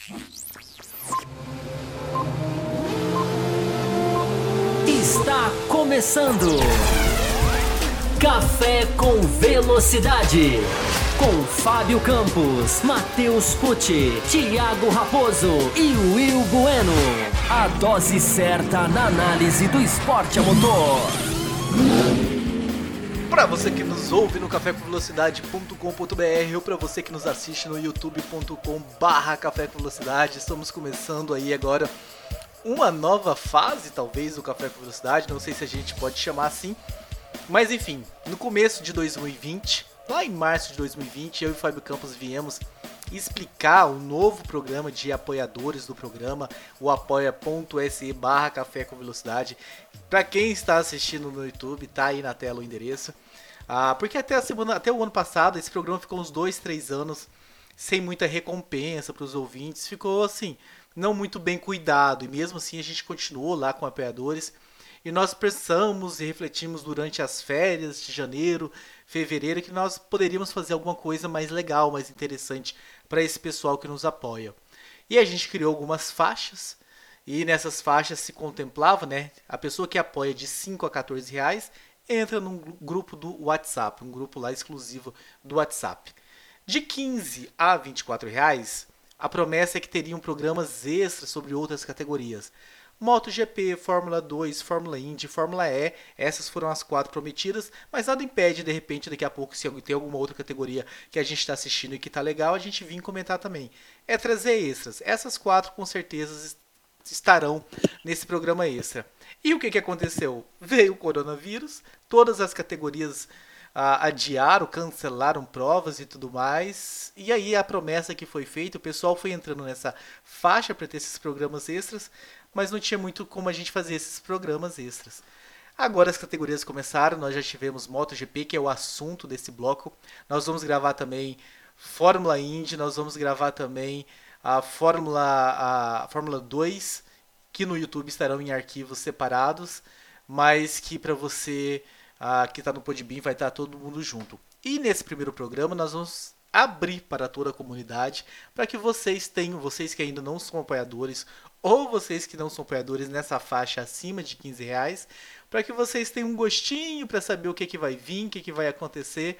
Está começando Café com Velocidade, com Fábio Campos, Matheus Pucci, Thiago Raposo e Will Bueno. A dose certa na análise do esporte a motor. Para você que nos ouve no cafécomvelocidade.com.br ou para você que nos assiste no youtube.com/Café com Velocidade, estamos começando aí agora uma nova fase, talvez, do Café com Velocidade, não sei se a gente pode chamar assim, mas enfim, no começo de 2020, lá em março de 2020, eu e o Fábio Campos viemos explicar o novo programa de apoiadores do programa, o apoia.se/Café com Velocidade. Para quem está assistindo no YouTube, tá aí na tela o endereço. Porque até o ano passado, esse programa ficou uns 2, 3 anos sem muita recompensa para os ouvintes, ficou assim, não muito bem cuidado, e mesmo assim a gente continuou lá com apoiadores, e nós pensamos e refletimos durante as férias de janeiro, fevereiro, que nós poderíamos fazer alguma coisa mais legal, mais interessante para esse pessoal que nos apoia. E a gente criou algumas faixas, e nessas faixas se contemplava, né, a pessoa que apoia de 5 a 14 reais, entra num grupo do WhatsApp, um grupo lá exclusivo do WhatsApp. De 15 a 24 reais, a promessa é que teriam programas extras sobre outras categorias. MotoGP, Fórmula 2, Fórmula Indy, Fórmula E, essas foram as 4 prometidas, mas nada impede, de repente, daqui a pouco, se tem alguma outra categoria que a gente está assistindo e que está legal, a gente vir comentar também. É trazer extras. Essas 4 com certeza estarão nesse programa extra. E o que aconteceu? Veio o coronavírus, todas as categorias adiaram, cancelaram provas e tudo mais. E aí a promessa que foi feita, o pessoal foi entrando nessa faixa para ter esses programas extras, mas não tinha muito como a gente fazer esses programas extras. Agora as categorias começaram, nós já tivemos MotoGP, que é o assunto desse bloco. Nós vamos gravar também Fórmula Indy, nós vamos gravar também a Fórmula 2, que no YouTube estarão em arquivos separados, mas que para você que está no Podbean vai estar todo mundo junto. E nesse primeiro programa nós vamos abrir para toda a comunidade, para que vocês que ainda não são apoiadores, ou vocês que não são apoiadores nessa faixa acima de 15 reais, para que vocês tenham um gostinho para saber o que vai vir, o que vai acontecer,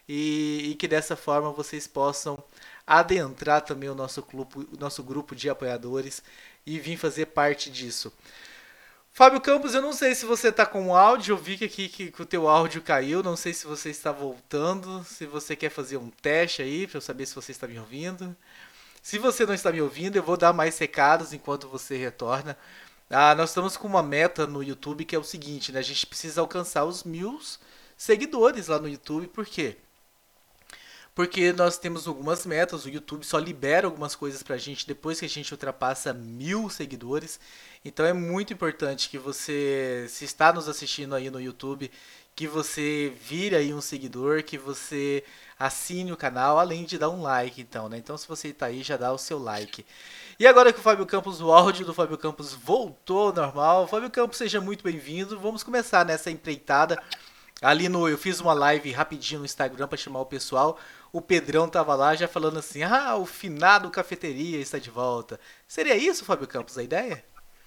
e que dessa forma vocês possam adentrar também o nosso grupo de apoiadores e vir fazer parte disso. Fábio Campos, eu não sei se você está com o áudio, eu vi que o teu áudio caiu, não sei se você está voltando, se você quer fazer um teste aí, para eu saber se você está me ouvindo. Se você não está me ouvindo, eu vou dar mais recados enquanto você retorna. Nós estamos com uma meta no YouTube que é o seguinte, né? A gente precisa alcançar os 1.000 seguidores lá no YouTube, por quê? Porque nós temos algumas metas, o YouTube só libera algumas coisas pra gente depois que a gente ultrapassa 1.000 seguidores. Então é muito importante que você, se está nos assistindo aí no YouTube, que você vire aí um seguidor, que você assine o canal, além de dar um like, então, né? Então se você está aí, já dá o seu like. E agora que o Fábio Campos, o áudio do Fábio Campos voltou ao normal. Fábio Campos, seja muito bem-vindo. Vamos começar nessa empreitada. Eu fiz uma live rapidinho no Instagram para chamar o pessoal. O Pedrão tava lá já falando assim: o finado Cafeteria está de volta. Seria isso, Fábio Campos, a ideia?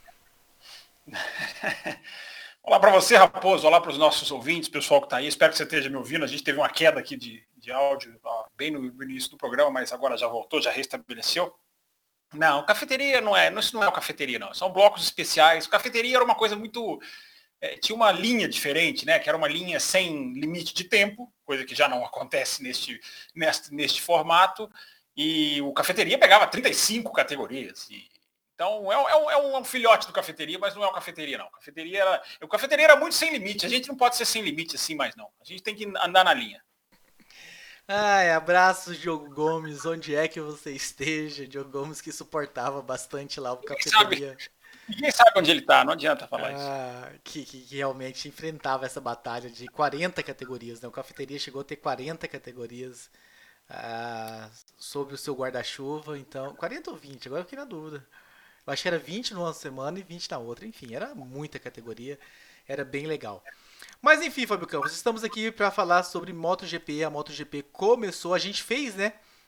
Olá para você, Raposo. Olá para os nossos ouvintes, pessoal que está aí. Espero que você esteja me ouvindo. A gente teve uma queda aqui de áudio bem no início do programa, mas agora já voltou, já restabeleceu. Não, cafeteria isso não é o cafeteria, não. São blocos especiais. Cafeteria era uma coisa muito... tinha uma linha diferente, né? Que era uma linha sem limite de tempo, coisa que já não acontece neste formato. E o cafeteria pegava 35 categorias. Então é um filhote do cafeteria, mas não é o cafeteria, não. O cafeteria era muito sem limite. A gente não pode ser sem limite assim mais, não. A gente tem que andar na linha. Abraço, Diogo Gomes, onde é que você esteja. Diogo Gomes que suportava bastante lá o cafeteria. Ninguém sabe onde ele tá, não adianta falar isso. Que realmente enfrentava essa batalha de 40 categorias, né? O cafeteria chegou a ter 40 categorias sobre o seu guarda-chuva, então... 40 ou 20, agora eu fiquei na dúvida. Eu acho que era 20 numa semana e 20 na outra. Enfim, era muita categoria, era bem legal. Mas enfim, Fábio Campos, estamos aqui para falar sobre MotoGP. A MotoGP começou, a gente fez, né?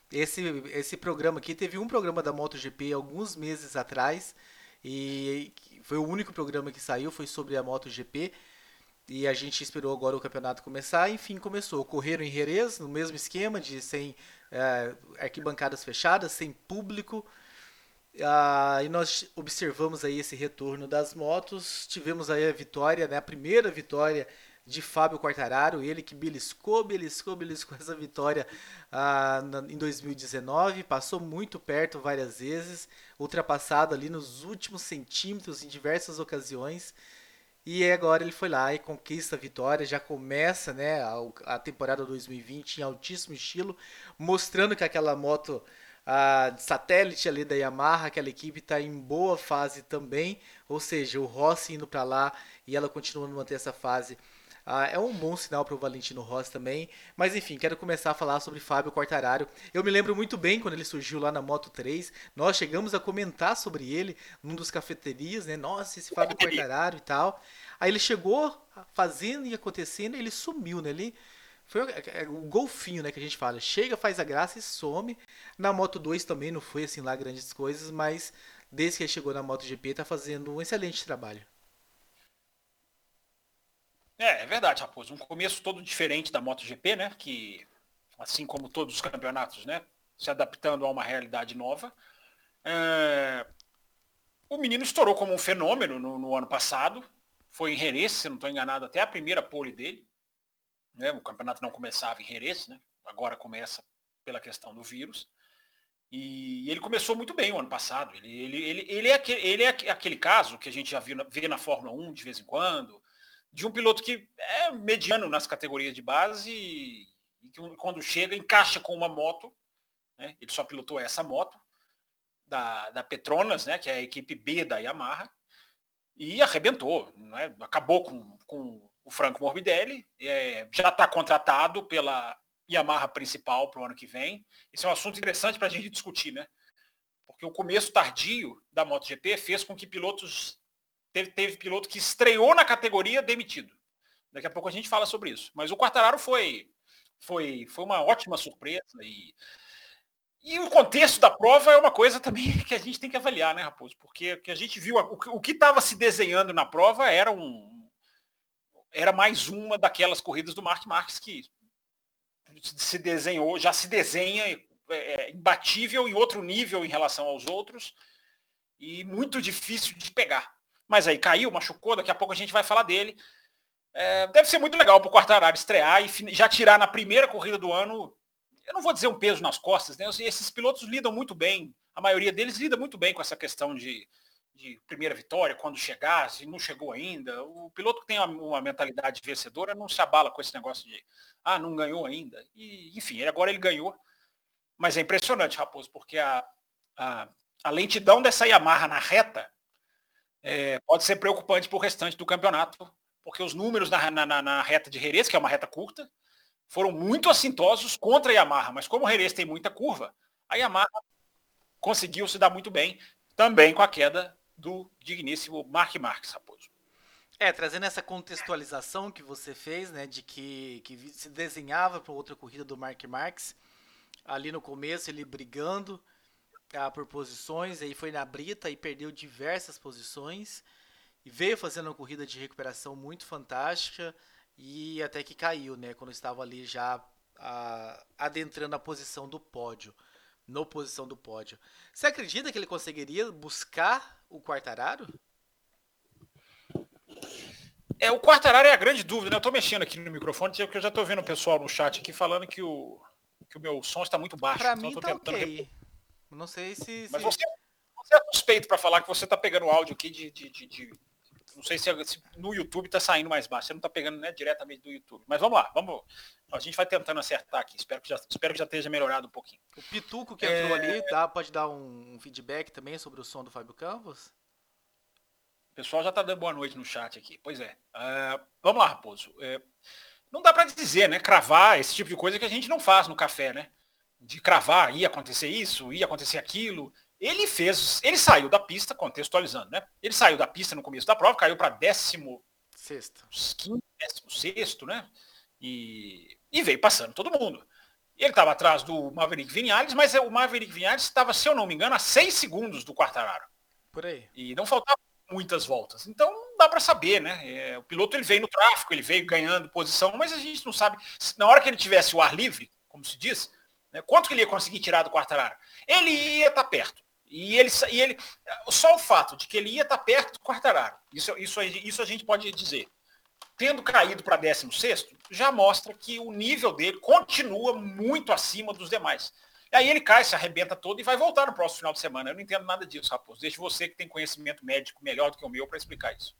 Esse programa aqui teve um programa da MotoGP alguns meses atrás e foi o único programa que saiu, foi sobre a MotoGP. E a gente esperou agora o campeonato começar, enfim, começou. Correram em Jerez, no mesmo esquema, de sem arquibancadas fechadas, sem público. E nós observamos aí esse retorno das motos. Tivemos aí a vitória, né, a primeira vitória de Fábio Quartararo, ele que beliscou essa vitória em 2019, passou muito perto várias vezes, ultrapassado ali nos últimos centímetros em diversas ocasiões. E agora ele foi lá e conquista a vitória, já começa, né, a temporada 2020 em altíssimo estilo, mostrando que aquela moto de satélite ali da Yamaha, aquela equipe está em boa fase também, ou seja, o Rossi indo para lá e ela continuando a manter essa fase. É um bom sinal para o Valentino Rossi também. Mas enfim, quero começar a falar sobre Fábio Quartararo. Eu me lembro muito bem quando ele surgiu lá na Moto 3. Nós chegamos a comentar sobre ele num dos cafeterias, né? Nossa, esse Fábio Quartararo e tal. Aí ele chegou fazendo e acontecendo e ele sumiu, né? Ele foi o golfinho, né, que a gente fala. Chega, faz a graça e some. Na Moto 2 também não foi assim lá grandes coisas, mas desde que ele chegou na MotoGP tá fazendo um excelente trabalho. É verdade, Raposo. Um começo todo diferente da MotoGP, né? Que, assim como todos os campeonatos, né? Se adaptando a uma realidade nova. O menino estourou como um fenômeno no ano passado. Foi em Jerez, se não estou enganado, até a primeira pole dele. Né? O campeonato não começava em Jerez, né? Agora começa pela questão do vírus. E ele começou muito bem o ano passado. Ele é aquele caso que a gente já vê na Fórmula 1 de vez em quando, de um piloto que é mediano nas categorias de base e que quando chega encaixa com uma moto, né? Ele só pilotou essa moto da Petronas, né? Que é a equipe B da Yamaha, e arrebentou, né? Acabou com o Franco Morbidelli, já está contratado pela Yamaha principal para o ano que vem. Esse é um assunto interessante para a gente discutir, né? Porque o começo tardio da MotoGP fez com que pilotos teve piloto que estreou na categoria demitido. Daqui a pouco a gente fala sobre isso. Mas o Quartararo foi uma ótima surpresa. E o contexto da prova é uma coisa também que a gente tem que avaliar, né, Raposo? Porque a gente viu o que estava se desenhando na prova era mais uma daquelas corridas do Marc Marques que já se desenha imbatível em outro nível em relação aos outros e muito difícil de pegar. Mas aí caiu, machucou, daqui a pouco a gente vai falar dele. Deve ser muito legal para o Quartararo estrear e já tirar na primeira corrida do ano, eu não vou dizer um peso nas costas, né? Esses pilotos lidam muito bem, a maioria deles lida muito bem com essa questão de primeira vitória, quando chegar, se não chegou ainda. O piloto que tem uma mentalidade vencedora não se abala com esse negócio de não ganhou ainda. E, enfim, agora ele ganhou. Mas é impressionante, Raposo, porque a lentidão dessa Yamaha na reta pode ser preocupante para o restante do campeonato, porque os números na reta de Jerez, que é uma reta curta, foram muito assintosos contra a Yamaha, mas como o Jerez tem muita curva, a Yamaha conseguiu se dar muito bem, também com a queda do digníssimo Marc Marques, Raposo. Trazendo essa contextualização que você fez, né, de que se desenhava para outra corrida do Marc Marques, ali no começo ele brigando por posições, aí foi na brita e perdeu diversas posições, e veio fazendo uma corrida de recuperação muito fantástica, e até que caiu, né, quando estava ali já adentrando a posição do pódio, Você acredita que ele conseguiria buscar o Quartararo? O Quartararo é a grande dúvida, né? Eu estou mexendo aqui no microfone, porque eu já estou vendo o pessoal no chat aqui falando que o meu som está muito baixo. Pra mim tá ok. Não sei se... Mas você é suspeito para falar que você está pegando o áudio aqui não sei se no YouTube está saindo mais baixo. Você não está pegando, né, diretamente do YouTube. Mas vamos lá, a gente vai tentando acertar aqui. Espero que já esteja melhorado um pouquinho. O Pituco que entrou ali, pode dar um feedback também sobre o som do Fábio Campos? O pessoal já está dando boa noite no chat aqui. Pois é. Vamos lá, Raposo. Não dá para dizer, né? Cravar esse tipo de coisa que a gente não faz no café, né? De cravar, ia acontecer isso, ia acontecer aquilo. Ele saiu da pista, contextualizando, né? Ele saiu da pista no começo da prova, caiu para 16º, né? E veio passando todo mundo. Ele estava atrás do Maverick Viñales, mas o Maverick Viñales estava, se eu não me engano, a 6 segundos do Quartararo. Por aí. E não faltavam muitas voltas. Então não dá para saber, né? O piloto ele veio no tráfego, ele veio ganhando posição, mas a gente não sabe. Na hora que ele tivesse o ar livre, como se diz, né, quanto que ele ia conseguir tirar do Quartararo? Ele ia estar perto. E ele, só o fato de que ele ia estar perto do Quartararo, isso a gente pode dizer. Tendo caído para 16º, já mostra que o nível dele continua muito acima dos demais. E aí ele cai, se arrebenta todo e vai voltar no próximo final de semana. Eu não entendo nada disso, Raposo. Deixa você que tem conhecimento médico melhor do que o meu para explicar isso.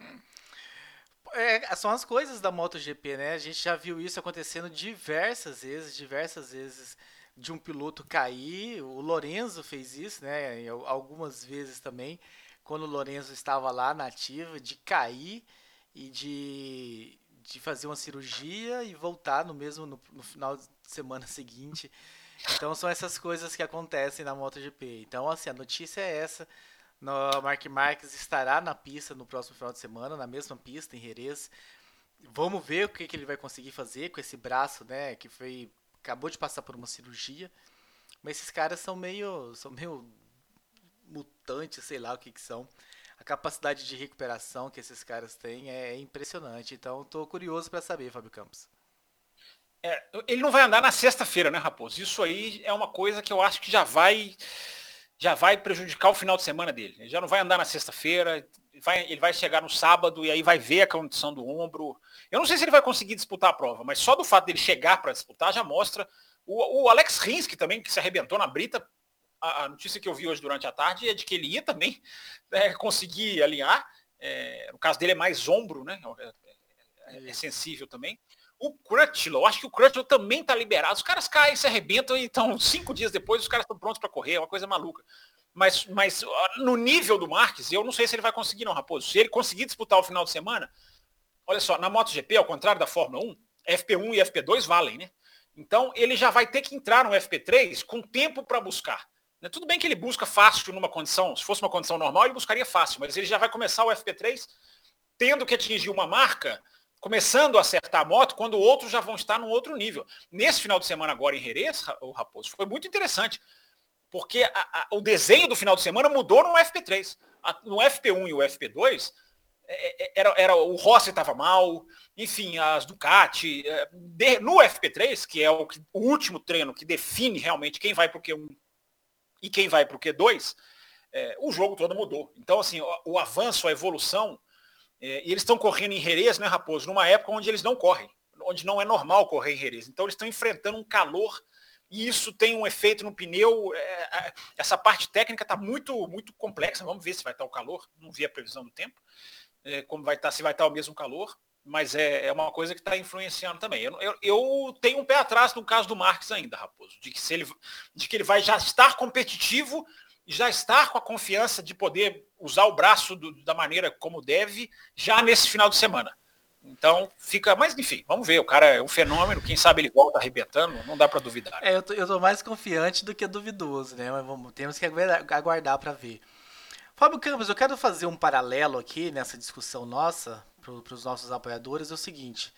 São as coisas da MotoGP, né? A gente já viu isso acontecendo diversas vezes de um piloto cair. O Lorenzo fez isso, né? Algumas vezes também, quando o Lorenzo estava lá na ativa, de cair e de fazer uma cirurgia e voltar no final de semana seguinte. Então são essas coisas que acontecem na MotoGP. Então, assim, a notícia é essa. O Marc Marquez estará na pista no próximo final de semana, na mesma pista, em Jerez. Vamos ver o que ele vai conseguir fazer com esse braço, né? Que acabou de passar por uma cirurgia. Mas esses caras são meio mutantes, sei lá o que são. A capacidade de recuperação que esses caras têm é impressionante. Então, estou curioso para saber, Fábio Campos. Ele não vai andar na sexta-feira, né, Raposo? Isso aí é uma coisa que eu acho que já vai prejudicar o final de semana dele. Ele já não vai andar na sexta-feira, ele vai chegar no sábado e aí vai ver a condição do ombro. Eu não sei se ele vai conseguir disputar a prova, mas só do fato dele chegar para disputar já mostra. O Alex Rins, que também se arrebentou na brita, a notícia que eu vi hoje durante a tarde é de que ele ia também conseguir alinhar. No caso dele é mais ombro, né? É sensível também. O Crutchlow, acho que o Crutchlow também está liberado. Os caras caem, se arrebentam e então 5 dias depois os caras estão prontos para correr. É uma coisa maluca. Mas no nível do Marques, eu não sei se ele vai conseguir não, Raposo. Se ele conseguir disputar o final de semana, olha só, na MotoGP, ao contrário da Fórmula 1, FP1 e FP2 valem, né? Então ele já vai ter que entrar no FP3 com tempo para buscar. Tudo bem que ele busca fácil numa condição, se fosse uma condição normal, ele buscaria fácil, mas ele já vai começar o FP3 tendo que atingir uma marca, começando a acertar a moto, quando outros já vão estar num outro nível. Nesse final de semana agora em Jerez, o Raposo, foi muito interessante, porque o desenho do final de semana mudou no FP3. No FP1 e o FP2, o Rossi estava mal, enfim, as Ducati. No FP3, que é o último treino que define realmente quem vai para o Q1 e quem vai para o Q2, o jogo todo mudou. Então, assim, o avanço, a evolução, e eles estão correndo em Jerez, né, Raposo, numa época onde eles não correm, onde não é normal correr em Jerez. Então eles estão enfrentando um calor e isso tem um efeito no pneu. Essa parte técnica está muito, muito complexa. Vamos ver se vai estar o calor. Não vi a previsão do tempo, como vai estar, se vai estar o mesmo calor. Mas é uma coisa que está influenciando também. Eu tenho um pé atrás no caso do Marques ainda, Raposo, de que ele vai já estar competitivo, já estar com a confiança de poder usar o braço da maneira como deve, já nesse final de semana. Então, mas enfim, vamos ver, o cara é um fenômeno, quem sabe ele volta arrebentando, não dá para duvidar. Eu tô mais confiante do que duvidoso, né? Mas temos que aguardar para ver. Fábio Campos, eu quero fazer um paralelo aqui nessa discussão nossa, para os nossos apoiadores, é o seguinte.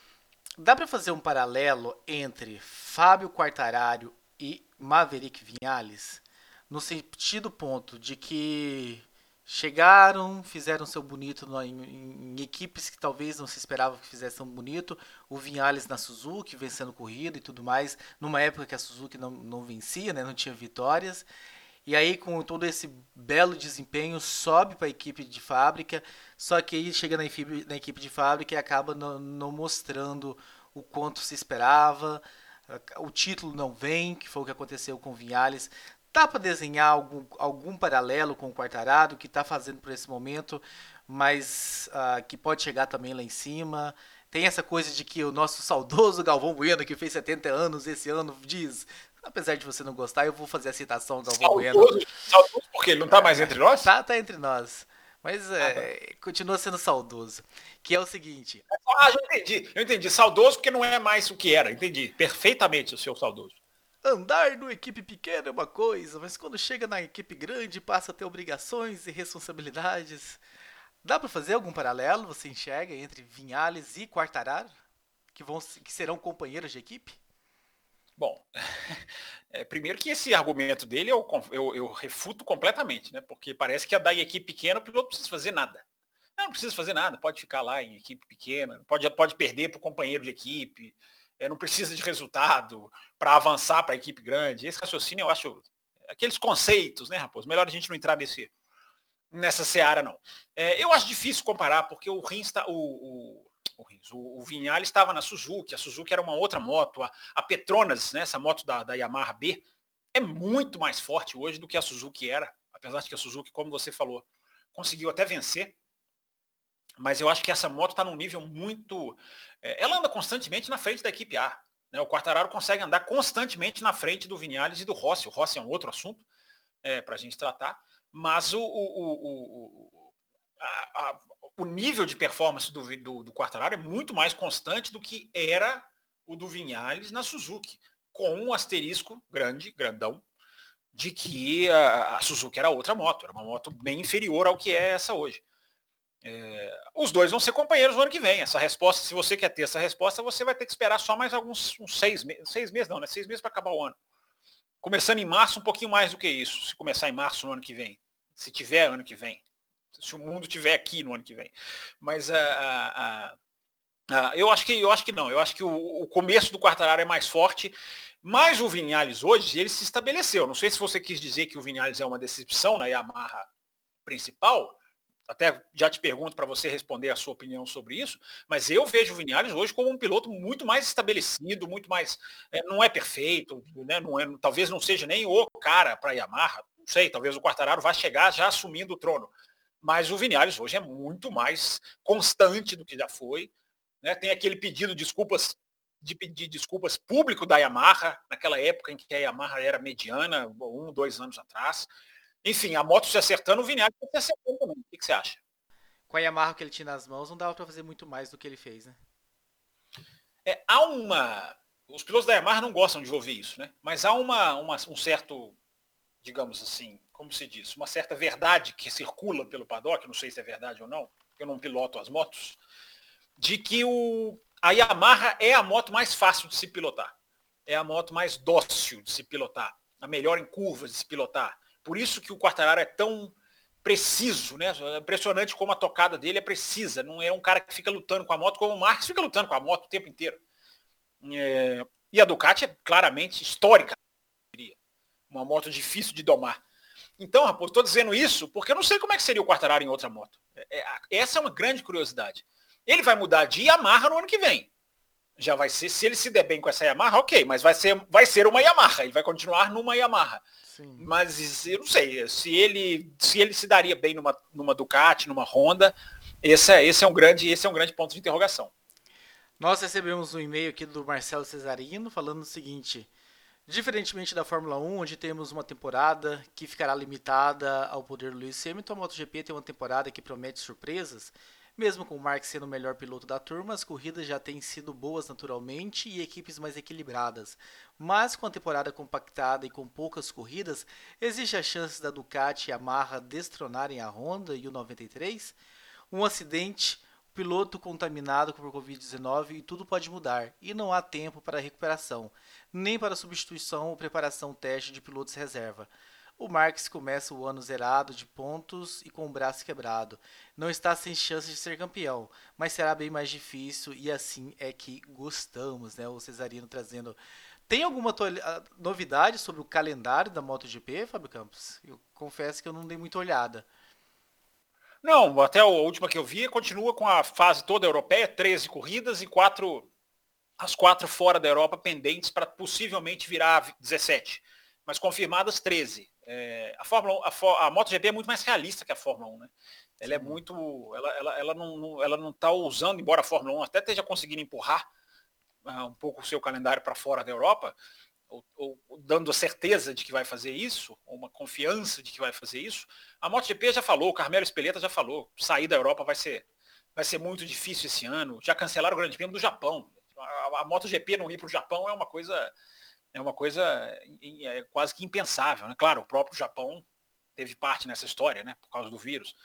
Dá para fazer um paralelo entre Fábio Quartararo e Maverick Viñales? No sentido ponto de que chegaram, fizeram seu bonito em equipes que talvez não se esperava que fizessem tão bonito. O Viñales na Suzuki, vencendo corrida e tudo mais, numa época que a Suzuki não vencia, né, não tinha vitórias. E aí, com todo esse belo desempenho, sobe para a equipe de fábrica, só que aí chega na equipe de fábrica e acaba não mostrando o quanto se esperava. O título não vem, que foi o que aconteceu com o Viñales. Dá para desenhar algum paralelo com o Quartararo, que está fazendo por esse momento, mas que pode chegar também lá em cima. Tem essa coisa de que o nosso saudoso Galvão Bueno, que fez 70 anos esse ano, diz... Apesar de você não gostar, eu vou fazer a citação do Galvão Bueno. Saudoso porque ele não está mais entre nós? Tá entre nós. Mas continua sendo saudoso. Que é o seguinte... Eu entendi. Saudoso porque não é mais o que era. Entendi perfeitamente o seu saudoso. Andar numa equipe pequena é uma coisa, mas quando chega na equipe grande passa a ter obrigações e responsabilidades. Dá para fazer algum paralelo, você enxerga, entre Viñales e Quartararo? Que serão companheiros de equipe? Bom, primeiro que esse argumento dele eu refuto completamente, né? Porque parece que a da equipe pequena o piloto não precisa fazer nada. Não precisa fazer nada, pode ficar lá em equipe pequena, pode perder para o companheiro de equipe, não precisa de resultado para avançar para a equipe grande. Esse raciocínio eu acho, aqueles conceitos, né, Raposo? Melhor a gente não entrar nessa seara, não. Eu acho difícil comparar, porque o Rins, o Vinhales estava na Suzuki, a Suzuki era uma outra moto, a Petronas, né, essa moto da Yamaha B, é muito mais forte hoje do que a Suzuki era, apesar de que a Suzuki, como você falou, conseguiu até vencer, mas eu acho que essa moto está num nível muito... ela anda constantemente na frente da equipe A. Né? O Quartararo consegue andar constantemente na frente do Vinhales e do Rossi. O Rossi é um outro assunto para a gente tratar, mas o nível de performance do Quartararo é muito mais constante do que era o do Vinhales na Suzuki, com um asterisco grandão, de que a Suzuki era outra moto, era uma moto bem inferior ao que é essa hoje. Os dois vão ser companheiros no ano que vem. Essa resposta, se você quer ter essa resposta, você vai ter que esperar só mais uns 6 meses. 6 meses não, né? 6 meses para acabar o ano. Começando em março, um pouquinho mais do que isso. Se começar em março no ano que vem. Se tiver ano que vem. Se o mundo tiver aqui no ano que vem. Mas eu acho que não. Eu acho que o começo do Quartararo é mais forte. Mas o Vinhales hoje, ele se estabeleceu. Não sei se você quis dizer que o Vinhales é uma decepção na Yamaha principal. Até já te pergunto para você responder a sua opinião sobre isso, mas eu vejo o Vinhales hoje como um piloto muito mais estabelecido, muito mais... não é perfeito, né? Talvez não seja nem o cara para a Yamaha, não sei, talvez o Quartararo vá chegar já assumindo o trono, mas o Vinhales hoje é muito mais constante do que já foi, né? Tem aquele pedido de desculpas público da Yamaha, naquela época em que a Yamaha era mediana, 2 anos atrás. Enfim, a moto se acertando, o Vinhales se acertando também. O que você acha? Com a Yamaha que ele tinha nas mãos, não dava para fazer muito mais do que ele fez, né? Os pilotos da Yamaha não gostam de ouvir isso, né? Mas há um certo, digamos assim, como se diz, uma certa verdade que circula pelo paddock, não sei se é verdade ou não, eu não piloto as motos, de que a Yamaha é a moto mais fácil de se pilotar. É a moto mais dócil de se pilotar. A melhor em curvas de se pilotar. Por isso que o Quartararo é tão preciso, né? É impressionante como a tocada dele é precisa. Não é um cara que fica lutando com a moto, como o Marques fica lutando com a moto o tempo inteiro. E a Ducati é claramente histórica, uma moto difícil de domar. Então, Raposo, estou dizendo isso porque eu não sei como é que seria o Quartararo em outra moto. Essa é uma grande curiosidade. Ele vai mudar de Yamaha no ano que vem. Já vai ser, se ele se der bem com essa Yamaha, ok, mas vai ser uma Yamaha, ele vai continuar numa Yamaha. Sim. Mas eu não sei, se ele se daria bem numa Ducati, numa Honda, esse é um grande ponto de interrogação. Nós recebemos um e-mail aqui do Marcelo Cesarino falando o seguinte: diferentemente da Fórmula 1, onde temos uma temporada que ficará limitada ao poder do Lewis Hamilton, a MotoGP tem uma temporada que promete surpresas. Mesmo com o Marques sendo o melhor piloto da turma, as corridas já têm sido boas naturalmente e equipes mais equilibradas. Mas com a temporada compactada e com poucas corridas, existe a chance da Ducati e a Yamaha destronarem a Honda e o 93? Um acidente, o piloto contaminado por Covid-19 e tudo pode mudar, e não há tempo para recuperação, nem para substituição ou preparação teste de pilotos reserva. O Marques começa o ano zerado de pontos e com o braço quebrado. Não está sem chance de ser campeão, mas será bem mais difícil e assim é que gostamos, né? O Cesarino trazendo. Tem alguma novidade sobre o calendário da MotoGP, Fábio Campos? Eu confesso que eu não dei muita olhada. Não, até a última que eu vi continua com a fase toda europeia, 13 corridas e as 4 fora da Europa pendentes para possivelmente virar 17. Mas confirmadas 13. A MotoGP é muito mais realista que a Fórmula 1, né? Ela é muito. Ela não está usando, embora a Fórmula 1 até esteja conseguindo empurrar um pouco o seu calendário para fora da Europa, ou dando a certeza de que vai fazer isso, ou uma confiança de que vai fazer isso. A MotoGP já falou, o Carmelo Espeleta já falou, sair da Europa vai ser muito difícil esse ano. Já cancelaram o Grande Prêmio do Japão. A MotoGP não ir para o Japão é uma coisa quase que impensável, né? Claro, o próprio Japão teve parte nessa história, né? Por causa do vírus.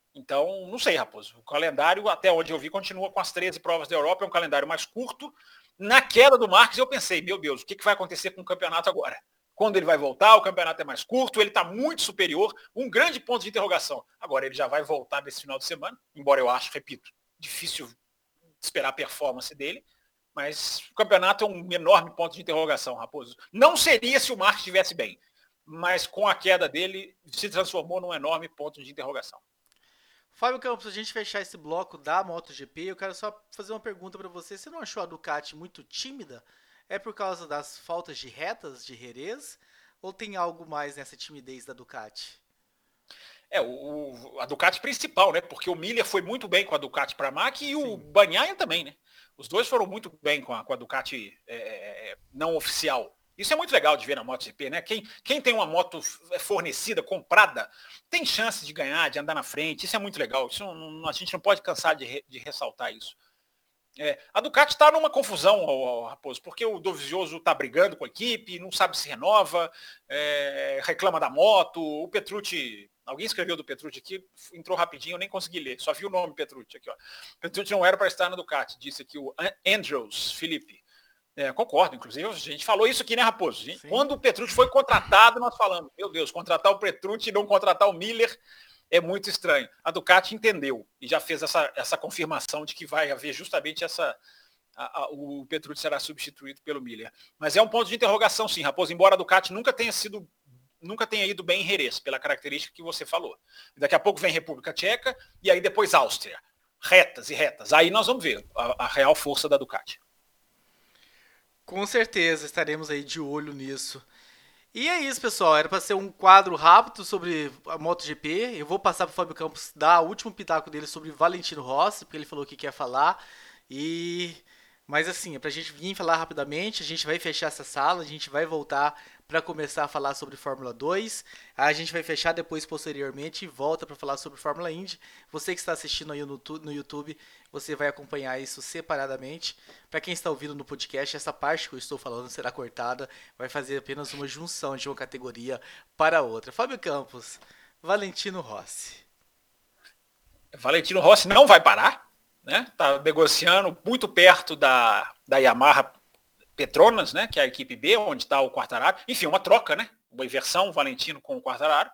Então, não sei, Raposo. O calendário, até onde eu vi, continua com as 13 provas da Europa. É um calendário mais curto, Na queda do Marques, eu pensei, meu Deus, o que vai acontecer com o campeonato agora? Quando ele vai voltar, o campeonato é mais curto, ele está muito superior, um grande ponto de interrogação. Agora, ele já vai voltar nesse final de semana, embora eu acho, repito, difícil esperar a performance dele, mas o campeonato é um enorme ponto de interrogação, Raposo. Não seria se o Marques estivesse bem, mas com a queda dele, se transformou num enorme ponto de interrogação. Fábio Campos, a gente fechar esse bloco da MotoGP, eu quero só fazer uma pergunta para você. Você não achou a Ducati muito tímida? É por causa das faltas de retas de Jerez? Ou tem algo mais nessa timidez da Ducati? A Ducati principal, né? Porque o Miller foi muito bem com a Ducati Pramac e o Bagnaia também, né? Os dois foram muito bem com a Ducati não oficial. Isso é muito legal de ver na MotoGP, né? Quem tem uma moto fornecida, comprada, tem chance de ganhar, de andar na frente. Isso é muito legal. Isso a gente não pode cansar de ressaltar isso. A Ducati está numa confusão, Raposo, porque o Dovizioso está brigando com a equipe, não sabe se renova, reclama da moto. O Petrucci, alguém escreveu do Petrucci aqui, entrou rapidinho, eu nem consegui ler, só vi o nome Petrucci aqui. Ó. Petrucci não era para estar na Ducati, disse aqui o Andrews Felipe. Concordo, inclusive a gente falou isso aqui, né, Raposo? Quando o Petrucci foi contratado, nós falamos, meu Deus, contratar o Petrucci e não contratar o Miller é muito estranho. A Ducati entendeu e já fez essa confirmação de que vai haver justamente o Petrucci será substituído pelo Miller. Mas é um ponto de interrogação, sim, Raposo, embora a Ducati nunca tenha ido bem em Jerez, pela característica que você falou. Daqui a pouco vem República Tcheca e aí depois Áustria. Retas e retas. Aí nós vamos ver a real força da Ducati. Com certeza, estaremos aí de olho nisso. E é isso, pessoal. Era para ser um quadro rápido sobre a MotoGP. Eu vou passar para o Fábio Campos dar o último pitaco dele sobre Valentino Rossi, porque ele falou que quer falar. Mas assim, é pra gente vir falar rapidamente, a gente vai fechar essa sala, a gente vai voltar para começar a falar sobre Fórmula 2. A gente vai fechar depois, posteriormente, e volta para falar sobre Fórmula Indy. Você que está assistindo aí no YouTube, você vai acompanhar isso separadamente. Para quem está ouvindo no podcast, essa parte que eu estou falando será cortada, vai fazer apenas uma junção de uma categoria para outra. Fábio Campos, Valentino Rossi. Valentino Rossi não vai parar, né? Tá negociando muito perto da Yamaha Petronas, né? Que é a equipe B, onde está o Quartararo. Enfim, uma troca, né? Uma inversão, o Valentino com o Quartararo.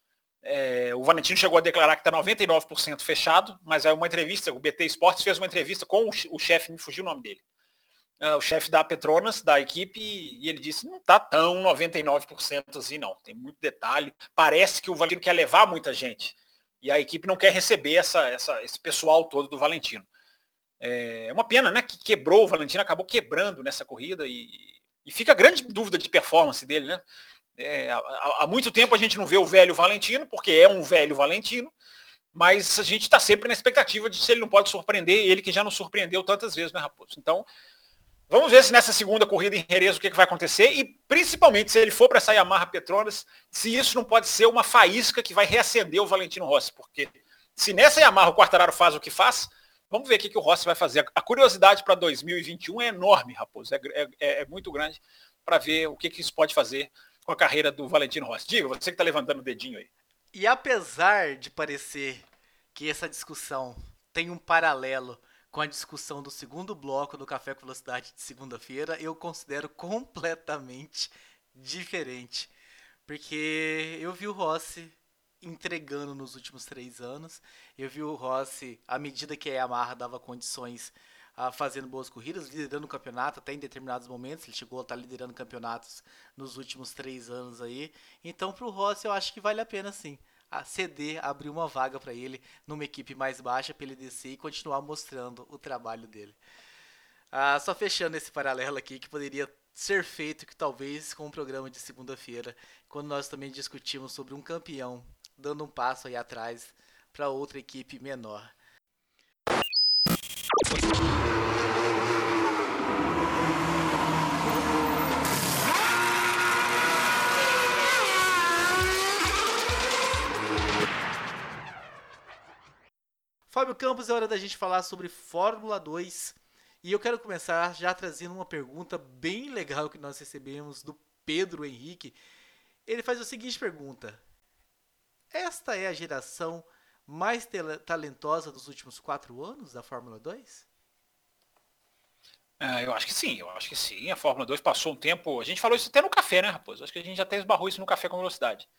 O Valentino chegou a declarar que está 99% fechado, mas aí uma entrevista, o BT Esportes fez uma entrevista com o chefe, me fugiu o nome dele. O chefe da Petronas, da equipe, e ele disse, não está tão 99% assim, não. Tem muito detalhe. Parece que o Valentino quer levar muita gente. E a equipe não quer receber esse pessoal todo do Valentino. É uma pena, né? Que quebrou, o Valentino acabou quebrando nessa corrida e fica grande dúvida de performance dele, né? Há muito tempo a gente não vê o velho Valentino, porque é um velho Valentino, mas a gente está sempre na expectativa de se ele não pode surpreender, ele que já não surpreendeu tantas vezes, né, Raposo? Então, vamos ver se nessa segunda corrida em Jerez o que vai acontecer e, principalmente, se ele for para essa Yamaha Petronas, se isso não pode ser uma faísca que vai reacender o Valentino Rossi, porque se nessa Yamaha o Quartararo faz o que faz, vamos ver o que o Rossi vai fazer. A curiosidade para 2021 é enorme, Raposo, é muito grande para ver o que isso pode fazer com a carreira do Valentino Rossi. Diga, você que está levantando o dedinho aí. E apesar de parecer que essa discussão tem um paralelo com a discussão do segundo bloco do Café com Velocidade de segunda-feira, eu considero completamente diferente. Porque eu vi o Rossi entregando nos últimos 3 anos, eu vi o Rossi, à medida que a Yamaha dava condições, fazendo boas corridas, liderando o campeonato até em determinados momentos, ele chegou a estar liderando campeonatos nos últimos 3 anos aí. Então pro Rossi eu acho que vale a pena sim ceder, abrir uma vaga para ele numa equipe mais baixa para ele descer e continuar mostrando o trabalho dele. Só fechando esse paralelo aqui que poderia ser feito que talvez com o programa de segunda-feira, quando nós também discutimos sobre um campeão dando um passo aí atrás para outra equipe menor. Fábio Campos, é hora da gente falar sobre Fórmula 2. E eu quero começar já trazendo uma pergunta bem legal que nós recebemos do Pedro Henrique. Ele faz a seguinte pergunta: esta é a geração mais talentosa dos últimos 4 anos da Fórmula 2? Eu acho que sim, eu acho que sim. A Fórmula 2 passou um tempo. A gente falou isso até no café, né, Raposo? Acho que a gente até esbarrou isso no café com velocidade.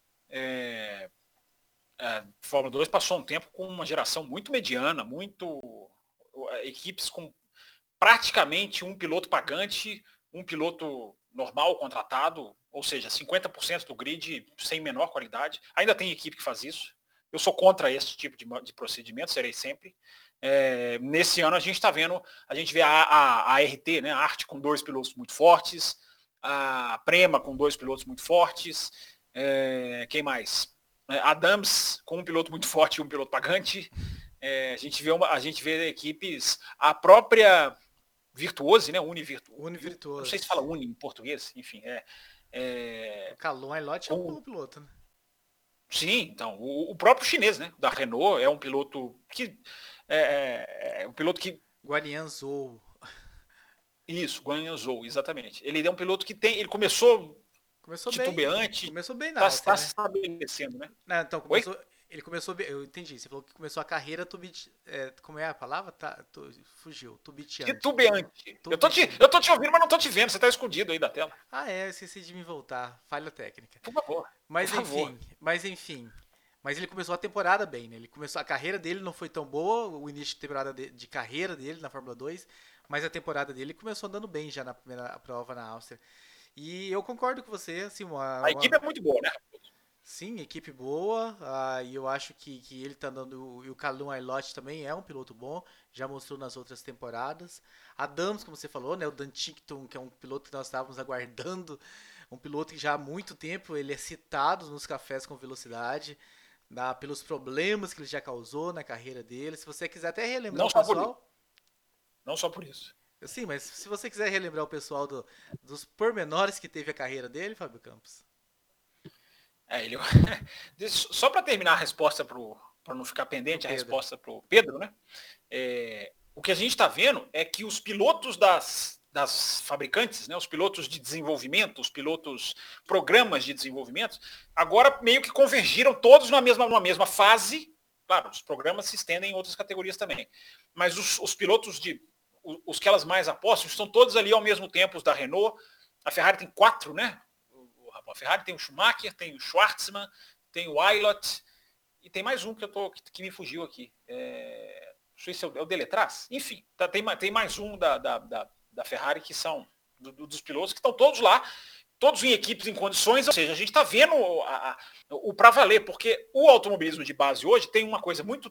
A Fórmula 2 passou um tempo com uma geração muito mediana, muito. Equipes com praticamente um piloto pagante, um piloto normal contratado, ou seja, 50% do grid sem menor qualidade. Ainda tem equipe que faz isso. Eu sou contra esse tipo de procedimento, serei sempre. Nesse ano a gente está vendo, a gente vê a RT, né, a Arte com 2 pilotos muito fortes, a Prema com 2 pilotos muito fortes, quem mais? A Dams com um piloto muito forte e um piloto pagante. A gente vê equipes, a própria Virtuose, né? Não sei se fala Univirtuose. Uni em português, enfim. O Calum Aylott é um bom piloto, né? Sim, então, o próprio chinês, né? Da Renault, é um piloto que. Um piloto que. Guanyan Zhou. Isso, Guanyu Zhou, exatamente. Ele é um piloto que tem. Ele começou Começou bem. titubeante, Começou bem na está Áustria, se né? estabelecendo, né? Não, então, Oi? ele começou bem. Eu entendi. Você falou que começou a carreira como é a palavra? Fugiu. Tubiteante. Titubeante. Tubiteante. Eu tô te ouvindo, mas não tô te vendo. Você tá escondido aí da tela. Ah, eu esqueci de me voltar. Falha técnica. Por favor. Por Mas favor. enfim, mas enfim. Mas ele começou a temporada bem, né? Ele começou a carreira dele não foi tão boa, o início de temporada de carreira dele na Fórmula 2, mas a temporada dele começou andando bem já na primeira prova na Áustria. E eu concordo com você, assim, A equipe é muito boa, né? sim, equipe boa, e eu acho que ele tá dando, e o Calum Aylott também é um piloto bom, já mostrou nas outras temporadas. A Dams, como você falou, né, o Dan Tickton, que é um piloto que nós estávamos aguardando, um piloto que já há muito tempo ele é citado nos cafés com velocidade, pelos problemas que ele já causou na carreira dele. Se você quiser até relembrar Não o só por isso. pessoal, Não só por isso. sim, mas se você quiser relembrar o pessoal dos pormenores que teve a carreira dele, Fábio Campos. Ele... Só para terminar a resposta para não ficar pendente a resposta para o Pedro, né? O que a gente está vendo é que os pilotos das fabricantes, né, os pilotos de desenvolvimento, os pilotos programas de desenvolvimento, agora meio que convergiram todos numa mesma fase. Claro, os programas se estendem em outras categorias também. Mas os pilotos os que elas mais apostam estão todos ali ao mesmo tempo, os da Renault. A Ferrari tem 4, né? A Ferrari tem o Schumacher, tem o Schwartzman, tem o Aylott e tem mais um que me fugiu aqui. Não sei se é o Deletraz. Enfim, tem mais um da Ferrari que são dos pilotos que estão todos lá, todos em equipes em condições, ou seja, a gente está vendo o para valer, porque o automobilismo de base hoje tem uma coisa muito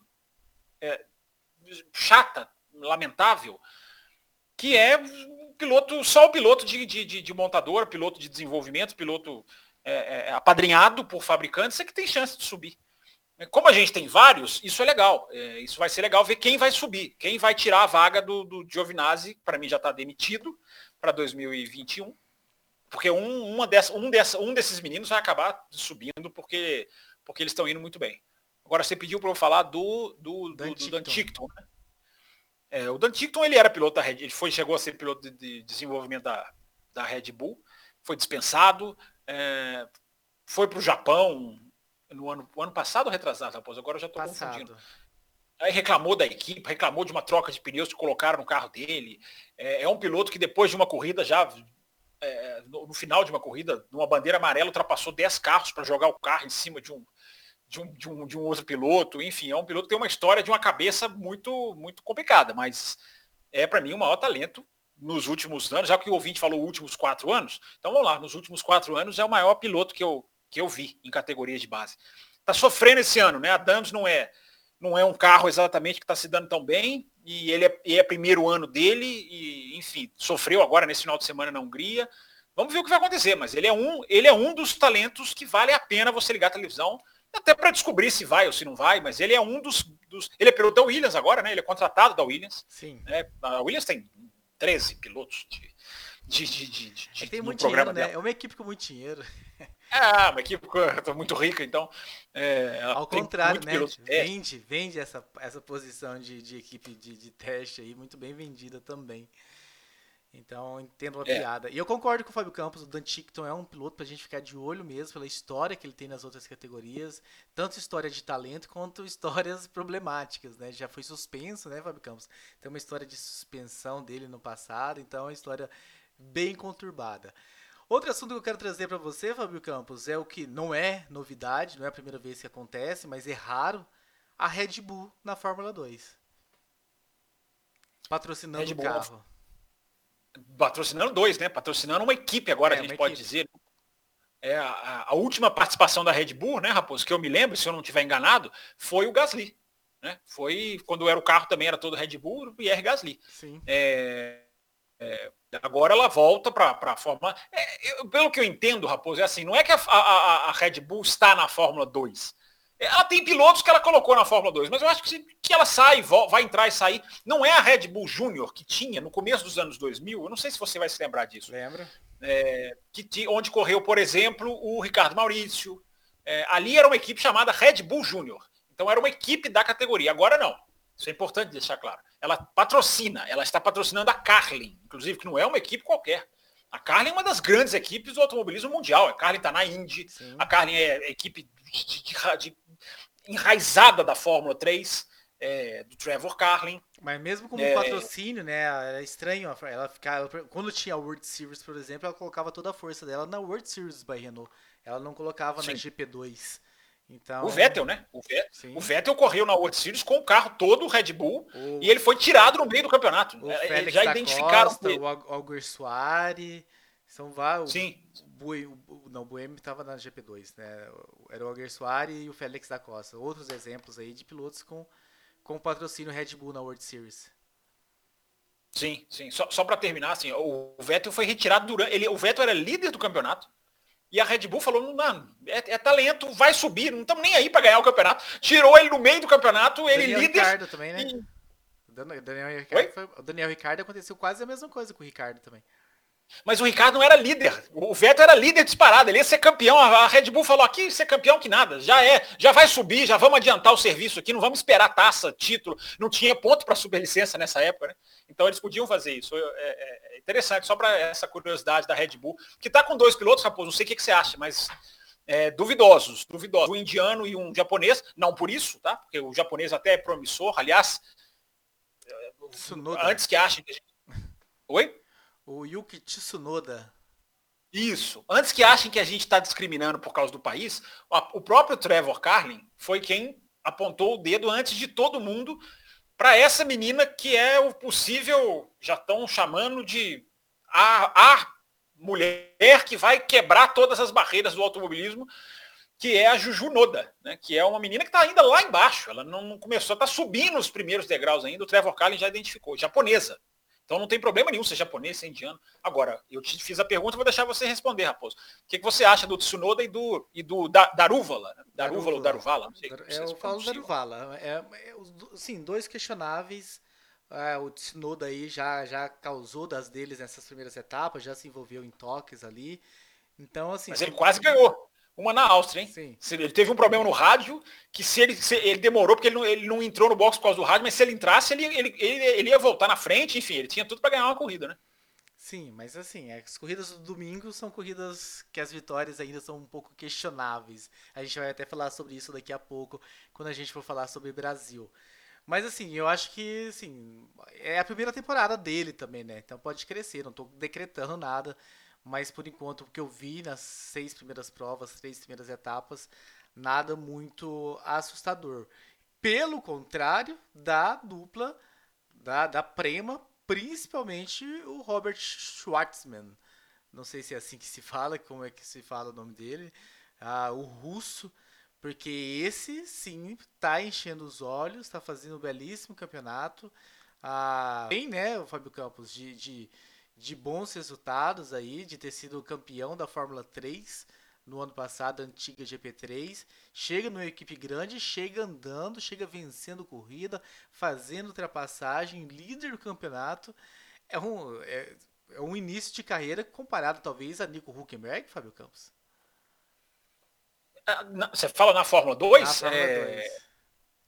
chata, lamentável, que é só o piloto de montadora, piloto de desenvolvimento, piloto apadrinhado por fabricantes, é que tem chance de subir. Como a gente tem vários, isso é legal. Isso vai ser legal ver quem vai subir, quem vai tirar a vaga do Giovinazzi, para mim já está demitido para 2021, porque um desses meninos vai acabar subindo porque eles estão indo muito bem. Agora você pediu para eu falar do Dan Tickton, né? O Dan Tickton, ele era piloto da Red, chegou a ser piloto de desenvolvimento da Red Bull, foi dispensado, foi para o Japão no ano passado ou retrasado, rapaz? Agora eu já estou confundindo. Aí reclamou da equipe, reclamou de uma troca de pneus que colocaram no carro dele. É um piloto que depois de uma corrida no final de uma corrida, numa bandeira amarela, ultrapassou 10 carros para jogar o carro em cima de um outro piloto. Enfim, é um piloto que tem uma história de uma cabeça muito, muito complicada, mas para mim o maior talento nos últimos anos, já que o ouvinte falou últimos 4 anos, então vamos lá, nos últimos 4 anos é o maior piloto que eu vi em categorias de base. Está sofrendo esse ano, né? A Dams não é um carro exatamente que está se dando tão bem, e ele é primeiro ano dele, e enfim, sofreu agora nesse final de semana na Hungria. Vamos ver o que vai acontecer, mas ele é um dos talentos que vale a pena você ligar a televisão, até para descobrir se vai ou se não vai, mas ele é um dos ele é piloto da Williams agora, né? Ele é contratado da Williams. Sim. Né? A Williams tem 13 pilotos tem muito programa dinheiro, né? dela. É uma equipe com muito dinheiro. Uma equipe muito rica, então. Ao contrário, né? Piloto. Vende essa posição de equipe de teste aí, muito bem vendida também. Então, entendo a piada. E eu concordo com o Fábio Campos, o Dan Tickton é um piloto pra gente ficar de olho mesmo, pela história que ele tem nas outras categorias, tanto história de talento quanto histórias problemáticas, né? Já foi suspenso, né, Fábio Campos? Tem uma história de suspensão dele no passado, então é uma história bem conturbada. Outro assunto que eu quero trazer pra você, Fábio Campos, é o que não é novidade, não é a primeira vez que acontece, mas é raro, a Red Bull na Fórmula 2, patrocinando Red o Bull carro. patrocinando dois, né? Patrocinando uma equipe agora, a Uma gente pode equipe. dizer. A última participação da Red Bull, né, Raposo, que eu me lembro, se eu não estiver enganado, foi o Gasly. Né? Foi quando era o carro também, era todo Red Bull, o Pierre Gasly. Sim. Agora ela volta para a Fórmula. Pelo que eu entendo, Raposo, é assim, não é que a Red Bull está na Fórmula 2. Ela tem pilotos que ela colocou na Fórmula 2, mas eu acho que ela sai, vai entrar e sair. Não é a Red Bull Júnior que tinha no começo dos anos 2000, eu não sei se você vai se lembrar disso. Lembra? Onde correu, por exemplo, o Ricardo Maurício. Ali era uma equipe chamada Red Bull Júnior. Então era uma equipe da categoria. Agora não. Isso é importante deixar claro. Ela patrocina, ela está patrocinando a Carlin, inclusive, que não é uma equipe qualquer. A Carlin é uma das grandes equipes do automobilismo mundial. A Carlin está na Indy, Sim. a Carlin é equipe enraizada da Fórmula 3, do Trevor Carlin. Mas mesmo como patrocínio, né, era estranho ela ficar. Quando tinha a World Series, por exemplo, ela colocava toda a força dela na World Series by Renault. Ela não colocava na GP2. Então, o Vettel, né? O Vettel correu na World Series com o carro todo Red Bull e ele foi tirado no meio do campeonato. Eles já identificaram Costa, o Alguersuari, são vários. Sim. O Buemi estava na GP2, né? Era o Alguersuari e o Félix da Costa. Outros exemplos aí de pilotos com patrocínio Red Bull na World Series. Sim. Só para terminar, assim, o Vettel foi retirado o Vettel era líder do campeonato. E a Red Bull falou, não, é talento, vai subir, não estamos nem aí para ganhar o campeonato. Tirou ele no meio do campeonato, ele Daniel líder. Ricciardo também, né? O Daniel Ricciardo aconteceu quase a mesma coisa com o Ricciardo também. Mas o Ricardo não era líder. O Vettel era líder disparado. Ele ia ser campeão. A Red Bull falou aqui, ser campeão que nada. Já vai subir, já vamos adiantar o serviço aqui, não vamos esperar taça, título. Não tinha ponto para superlicença nessa época, né? Então eles podiam fazer isso. É interessante, só para essa curiosidade da Red Bull, que está com dois pilotos, Raposo, não sei o que você acha, mas duvidosos. Um indiano e um japonês, não por isso, tá? Porque o japonês até é promissor. Aliás, antes que achem que a gente... Oi? O Yuki Tsunoda. Isso. Antes que achem que a gente está discriminando por causa do país, o próprio Trevor Carlin foi quem apontou o dedo antes de todo mundo para essa menina que é o possível, já estão chamando de a mulher que vai quebrar todas as barreiras do automobilismo, que é a Juju Noda, né? Que é uma menina que está ainda lá embaixo. Ela não começou, está subindo os primeiros degraus ainda. O Trevor Carlin já identificou, japonesa. Então não tem problema nenhum ser japonês, ser indiano. Agora, eu te fiz a pergunta, vou deixar você responder, Raposo. O que você acha do Tsunoda e do Daruvala? Daruvala ou Daruvala? Não sei. Eu falo Daruvala. Sim, dois questionáveis. O Tsunoda aí já causou das deles nessas primeiras etapas, já se envolveu em toques ali. Então, assim. Mas ele quase ganhou. Uma na Áustria, hein? Sim. Ele teve um problema no rádio, que se ele demorou, porque ele não entrou no box por causa do rádio, mas se ele entrasse, ele ia voltar na frente, enfim, ele tinha tudo para ganhar uma corrida, né? Sim, mas assim, as corridas do domingo são corridas que as vitórias ainda são um pouco questionáveis. A gente vai até falar sobre isso daqui a pouco, quando a gente for falar sobre Brasil. Mas assim, eu acho que assim, é a primeira temporada dele também, né? Então pode crescer, não tô decretando nada. Mas por enquanto, o que eu vi nas 6 primeiras provas, 3 primeiras etapas, nada muito assustador. Pelo contrário da dupla, da Prema, principalmente o Robert Schwartzman. Não sei se é assim que se fala, como é que se fala o nome dele. O russo, porque esse sim está enchendo os olhos, está fazendo um belíssimo campeonato. Bem, né, o Fábio Campos, de bons resultados aí, de ter sido campeão da Fórmula 3 no ano passado, a antiga GP3, chega numa equipe grande, chega andando, chega vencendo corrida, fazendo ultrapassagem, líder do campeonato. É um início de carreira comparado talvez a Nico Hülkenberg, Fábio Campos. Você fala na Fórmula 2? Na Fórmula 2.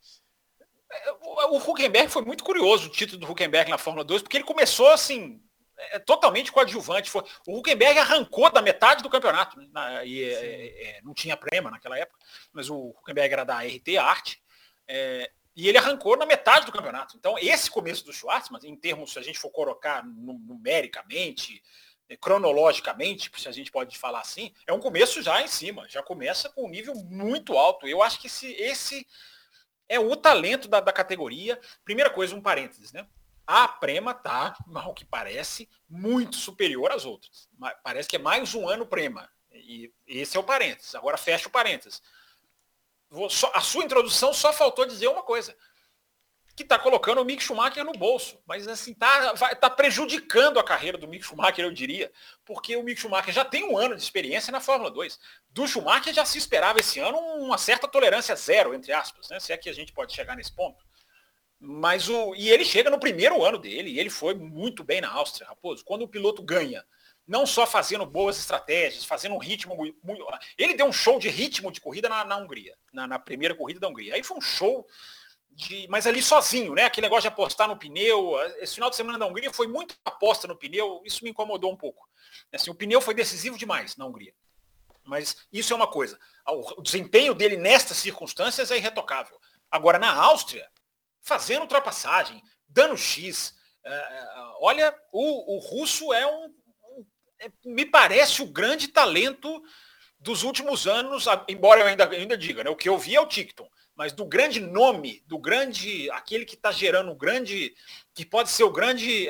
O Hülkenberg foi muito curioso, o título do Hülkenberg na Fórmula 2, porque ele começou assim... totalmente coadjuvante. O Hülkenberg arrancou da metade do campeonato, né? Não tinha Prema naquela época, mas o Hülkenberg era da RT, a Arte, e ele arrancou na metade do campeonato. Então, esse começo do Schwartzman, em termos, se a gente for colocar numericamente, cronologicamente, se a gente pode falar assim, é um começo já em cima, já começa com um nível muito alto. Eu acho que esse é o talento da categoria. Primeira coisa, um parênteses, né? A Prema tá, ao que parece, muito superior às outras. Parece que é mais um ano Prema. E esse é o parênteses. Agora fecha o parênteses. A sua introdução só faltou dizer uma coisa. Que está colocando o Mick Schumacher no bolso. Mas assim, tá prejudicando a carreira do Mick Schumacher, eu diria. Porque o Mick Schumacher já tem um ano de experiência na Fórmula 2. Do Schumacher já se esperava esse ano uma certa tolerância zero, entre aspas. Né? Se é que a gente pode chegar nesse ponto. E ele chega no primeiro ano dele, e ele foi muito bem na Áustria, Raposo. Quando o piloto ganha, não só fazendo boas estratégias, fazendo um ritmo muito... Ele deu um show de ritmo de corrida na Hungria, na primeira corrida da Hungria. Aí foi um show mas ali sozinho, né? Aquele negócio de apostar no pneu. Esse final de semana da Hungria foi muito aposta no pneu, isso me incomodou um pouco. Assim, o pneu foi decisivo demais na Hungria. Mas isso é uma coisa. O desempenho dele nestas circunstâncias é irretocável. Agora, na Áustria, fazendo ultrapassagem, dando X. Olha, o russo me parece o grande talento dos últimos anos, embora eu ainda diga, né, o que eu vi é o Tickton, mas do grande nome, aquele que está gerando que pode ser o grande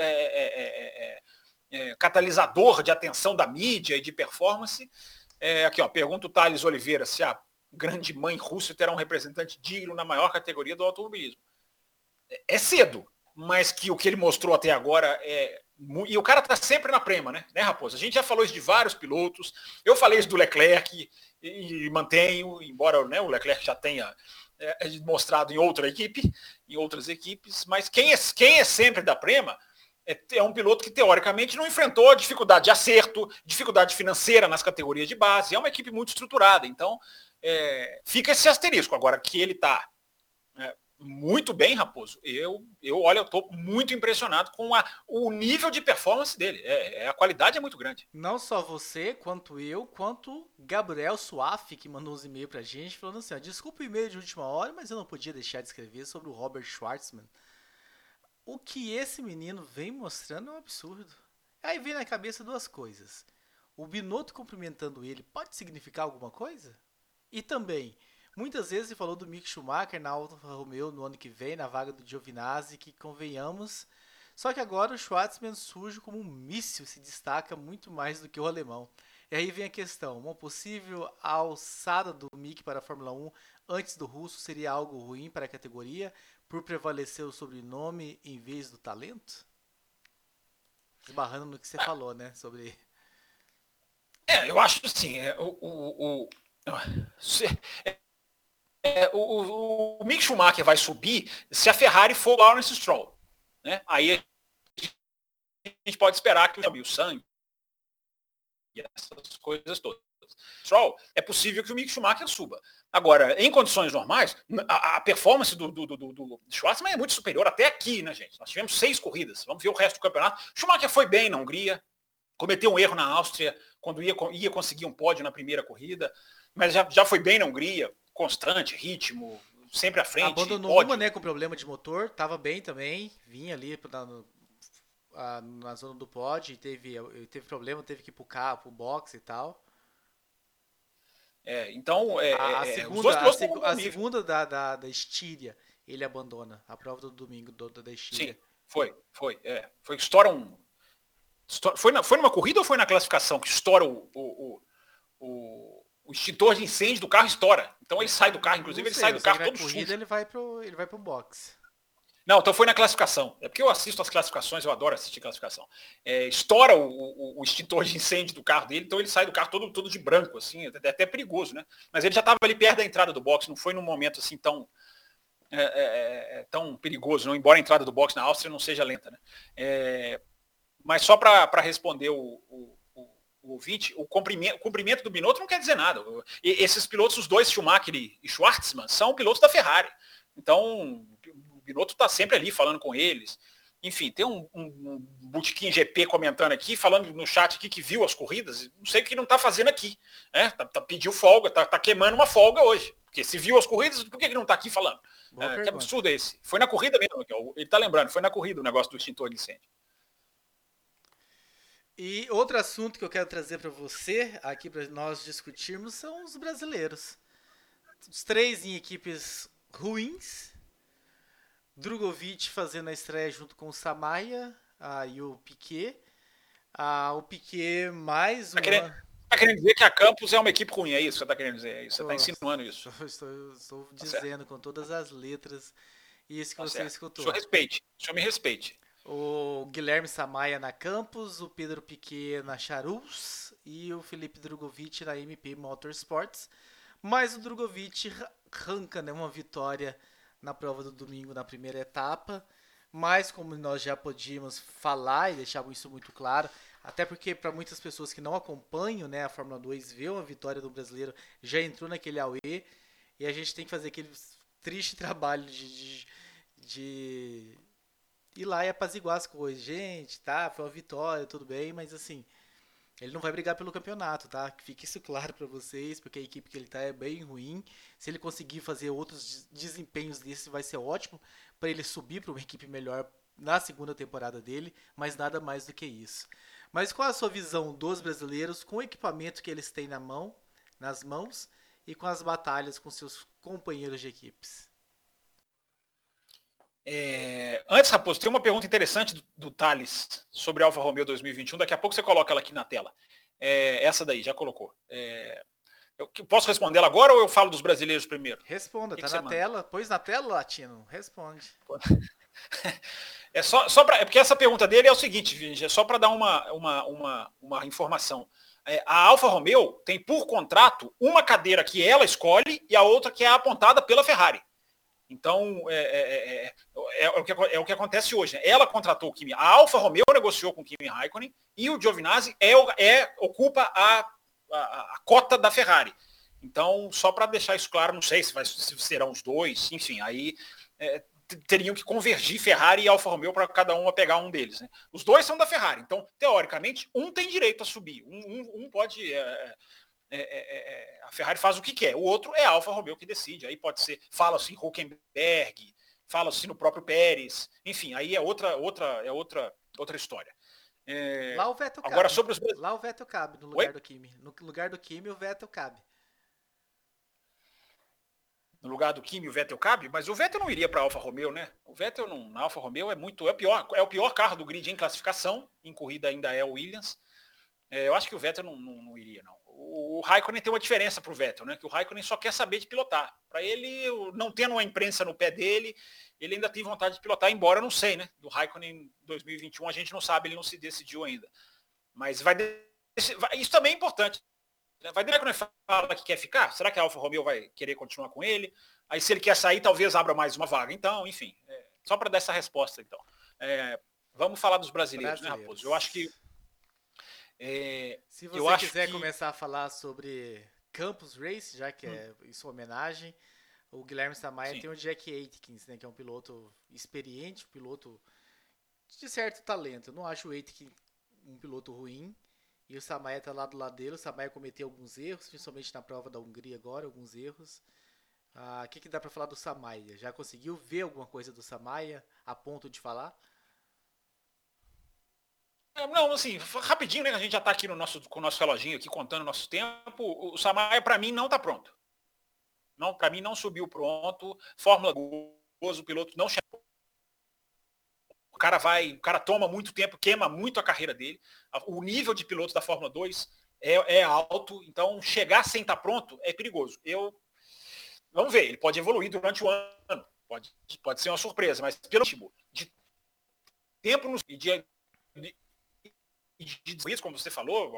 catalisador de atenção da mídia e de performance. Aqui, ó, pergunta o Thales Oliveira se a grande mãe russa terá um representante digno na maior categoria do automobilismo. É cedo, mas que o que ele mostrou até agora e o cara tá sempre na Prema, né, Raposo? A gente já falou isso de vários pilotos. Eu falei isso do Leclerc e mantenho, embora, né, o Leclerc já tenha mostrado em outras equipes, mas quem é sempre da Prema é um piloto que teoricamente não enfrentou dificuldade de acerto, dificuldade financeira nas categorias de base. É uma equipe muito estruturada, então fica esse asterisco. Agora que ele está muito bem, Raposo, eu estou muito impressionado com o nível de performance dele. A qualidade é muito grande. Não só você, quanto eu, quanto Gabriel Suaf, que mandou uns e-mails pra gente, falando assim, desculpa o e-mail de última hora, mas eu não podia deixar de escrever sobre o Robert Schwartzman. O que esse menino vem mostrando é um absurdo. Aí vem na cabeça duas coisas. O Binotto cumprimentando ele pode significar alguma coisa? E também... Muitas vezes ele falou do Mick Schumacher na Alfa Romeo no ano que vem, na vaga do Giovinazzi, que convenhamos. Só que agora o Schwartzman surge como um míssil, se destaca muito mais do que o alemão. E aí vem a questão, uma possível alçada do Mick para a Fórmula 1 antes do russo seria algo ruim para a categoria, por prevalecer o sobrenome em vez do talento? Esbarrando no que você falou, né, sobre... Eu acho assim, o Mick Schumacher vai subir se a Ferrari for o Lawrence Stroll, né? Aí a gente pode esperar que o sangue e essas coisas todas. Stroll, é possível que o Mick Schumacher suba. Agora, em condições normais, a performance do Schwartzman é muito superior até aqui, né, gente? Nós tivemos 6 corridas. Vamos ver o resto do campeonato. Schumacher foi bem na Hungria, cometeu um erro na Áustria quando ia conseguir um pódio na primeira corrida, mas já foi bem na Hungria. Constante, ritmo, sempre à frente. Abandonou uma, né, com problema de motor, tava bem também, vinha ali na zona do pódio, teve problema, teve que ir pro box e tal. Então, a segunda da Estíria, ele abandona, a prova do domingo da Estíria. Sim, foi que estoura foi numa corrida ou foi na classificação que estoura o extintor de incêndio do carro estoura. Então ele sai do carro, inclusive ele sai do carro todo sujo. Ele vai pro box. Não, então foi na classificação. É porque eu assisto as classificações, eu adoro assistir classificação. Estoura o extintor de incêndio do carro dele, então ele sai do carro todo de branco, assim, é até perigoso, né? Mas ele já estava ali perto da entrada do box, não foi num momento assim tão perigoso, não, embora a entrada do box na Áustria não seja lenta, né? Mas só para responder o ouvinte, o cumprimento do Binotto não quer dizer nada. Esses pilotos, os dois, Schumacher e Schwartzman, são pilotos da Ferrari. Então, o Binotto está sempre ali falando com eles. Enfim, tem um Botequim GP comentando aqui, falando no chat aqui que viu as corridas, não sei o que não está fazendo aqui. Né? Pediu folga, tá queimando uma folga hoje. Porque se viu as corridas, por que não está aqui falando? Que absurdo é esse? Foi na corrida mesmo, ele está lembrando, foi na corrida o negócio do extintor de incêndio. E outro assunto que eu quero trazer para você, aqui para nós discutirmos, são os brasileiros. Os 3 em equipes ruins. Drogovic fazendo a estreia junto com o Samaia e o Piquet. O Piquet mais uma... Tá querendo dizer que a Campos é uma equipe ruim, é isso que você tá querendo dizer? É isso, você tá insinuando isso. Estou dizendo com todas as letras isso que você escutou. O senhor me respeite. O Guilherme Samaia na Campos, o Pedro Piquet na Charus e o Felipe Drogovic na MP Motorsports. Mas o Drogovic arranca, né, uma vitória na prova do domingo na primeira etapa. Mas como nós já podíamos falar e deixar isso muito claro, até porque para muitas pessoas que não acompanham, né, a Fórmula 2, ver uma vitória do brasileiro já entrou naquele auê e a gente tem que fazer aquele triste trabalho de ir lá e apaziguar as coisas. Gente, tá, foi uma vitória, tudo bem, mas assim, ele não vai brigar pelo campeonato, tá? Fique isso claro para vocês, porque a equipe que ele tá é bem ruim. Se ele conseguir fazer outros desempenhos desses, vai ser ótimo para ele subir para uma equipe melhor na segunda temporada dele, mas nada mais do que isso. Mas qual a sua visão dos brasileiros com o equipamento que eles têm nas mãos e com as batalhas com seus companheiros de equipes? Antes, Raposo, tem uma pergunta interessante do Thales sobre a Alfa Romeo 2021. Daqui a pouco você coloca ela aqui na tela. Essa daí, já colocou. Eu posso responder ela agora ou eu falo dos brasileiros primeiro? Responda, tá na tela. Pôs na tela, Latino? Responde. Porque essa pergunta dele é o seguinte, Vinge, é só para dar uma informação. A Alfa Romeo tem por contrato uma cadeira que ela escolhe e a outra que é apontada pela Ferrari. Então, é o que acontece hoje. Né? Ela contratou o Kimi. A Alfa Romeo negociou com o Kimi Raikkonen e o Giovinazzi ocupa a cota da Ferrari. Então, só para deixar isso claro, não sei se serão os dois, enfim, aí teriam que convergir Ferrari e Alfa Romeo para cada uma pegar um deles. Né? Os dois são da Ferrari, então, teoricamente, um tem direito a subir. Um pode... a Ferrari faz o que quer, o outro é a Alfa Romeo que decide. Aí pode ser, fala-se em Hülkenberg, fala-se no próprio Pérez, enfim, aí é outra história. Lá o veto agora cabe. Sobre os... Lá o veto cabe no lugar do Kimi. No lugar do Kimi o veto cabe. No lugar do Kimi o Vettel cabe, mas o Vettel não iria para a Alfa Romeo, né? O Vettel na Alfa Romeo é o pior carro do grid em classificação, em corrida ainda é o Williams. Eu acho que o Vettel não iria, não. O Raikkonen tem uma diferença para o Vettel, né? Que o Raikkonen só quer saber de pilotar. Para ele, não tendo uma imprensa no pé dele, ele ainda tem vontade de pilotar, embora eu não sei, né? Do Raikkonen 2021 a gente não sabe, ele não se decidiu ainda. Mas isso também é importante. Vai dizer que ele fala que quer ficar? Será que a Alfa Romeo vai querer continuar com ele? Aí se ele quer sair, talvez abra mais uma vaga. Então, enfim, só para dar essa resposta, então. Vamos falar dos brasileiros, né, Raposo? Eu acho que... se você quiser começar a falar sobre Campus Race, já que é em sua homenagem, o Guilherme Samaia tem o Jack Aitken, né, que é um piloto experiente, um piloto de certo talento. Eu não acho o Aitken um piloto ruim, e o Samaia está lá do lado dele. O Samaia cometeu alguns erros, principalmente na prova da Hungria agora, alguns erros. O que dá para falar do Samaia? Já conseguiu ver alguma coisa do Samaia a ponto de falar? Não, assim, rapidinho, né? A gente já está aqui com o nosso reloginho aqui contando o nosso tempo. O Samaia, para mim, não está pronto. Para mim, não subiu pronto. Fórmula 2, o piloto não chegou. O cara toma muito tempo, queima muito a carreira dele. O nível de pilotos da Fórmula 2 é alto, então chegar sem estar pronto é perigoso. Vamos ver, ele pode evoluir durante o ano. Pode ser uma surpresa, mas pelo tipo de tempo de como você falou,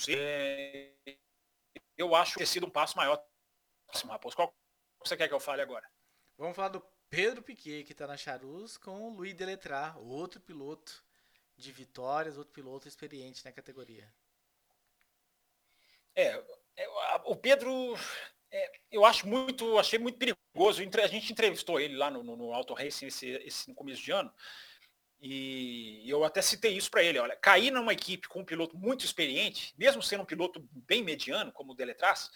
eu acho que ter sido um passo maior. Raposo, qual você quer que eu fale agora? Vamos falar do Pedro Piquet, que está na Charus, com o Louis Deletraz, outro piloto de vitórias, outro piloto experiente na categoria. O Pedro, achei muito perigoso. A gente entrevistou ele lá no Auto Racing no começo de ano. E eu até citei isso para ele. Olha, cair numa equipe com um piloto muito experiente, mesmo sendo um piloto bem mediano, como o Deletraz,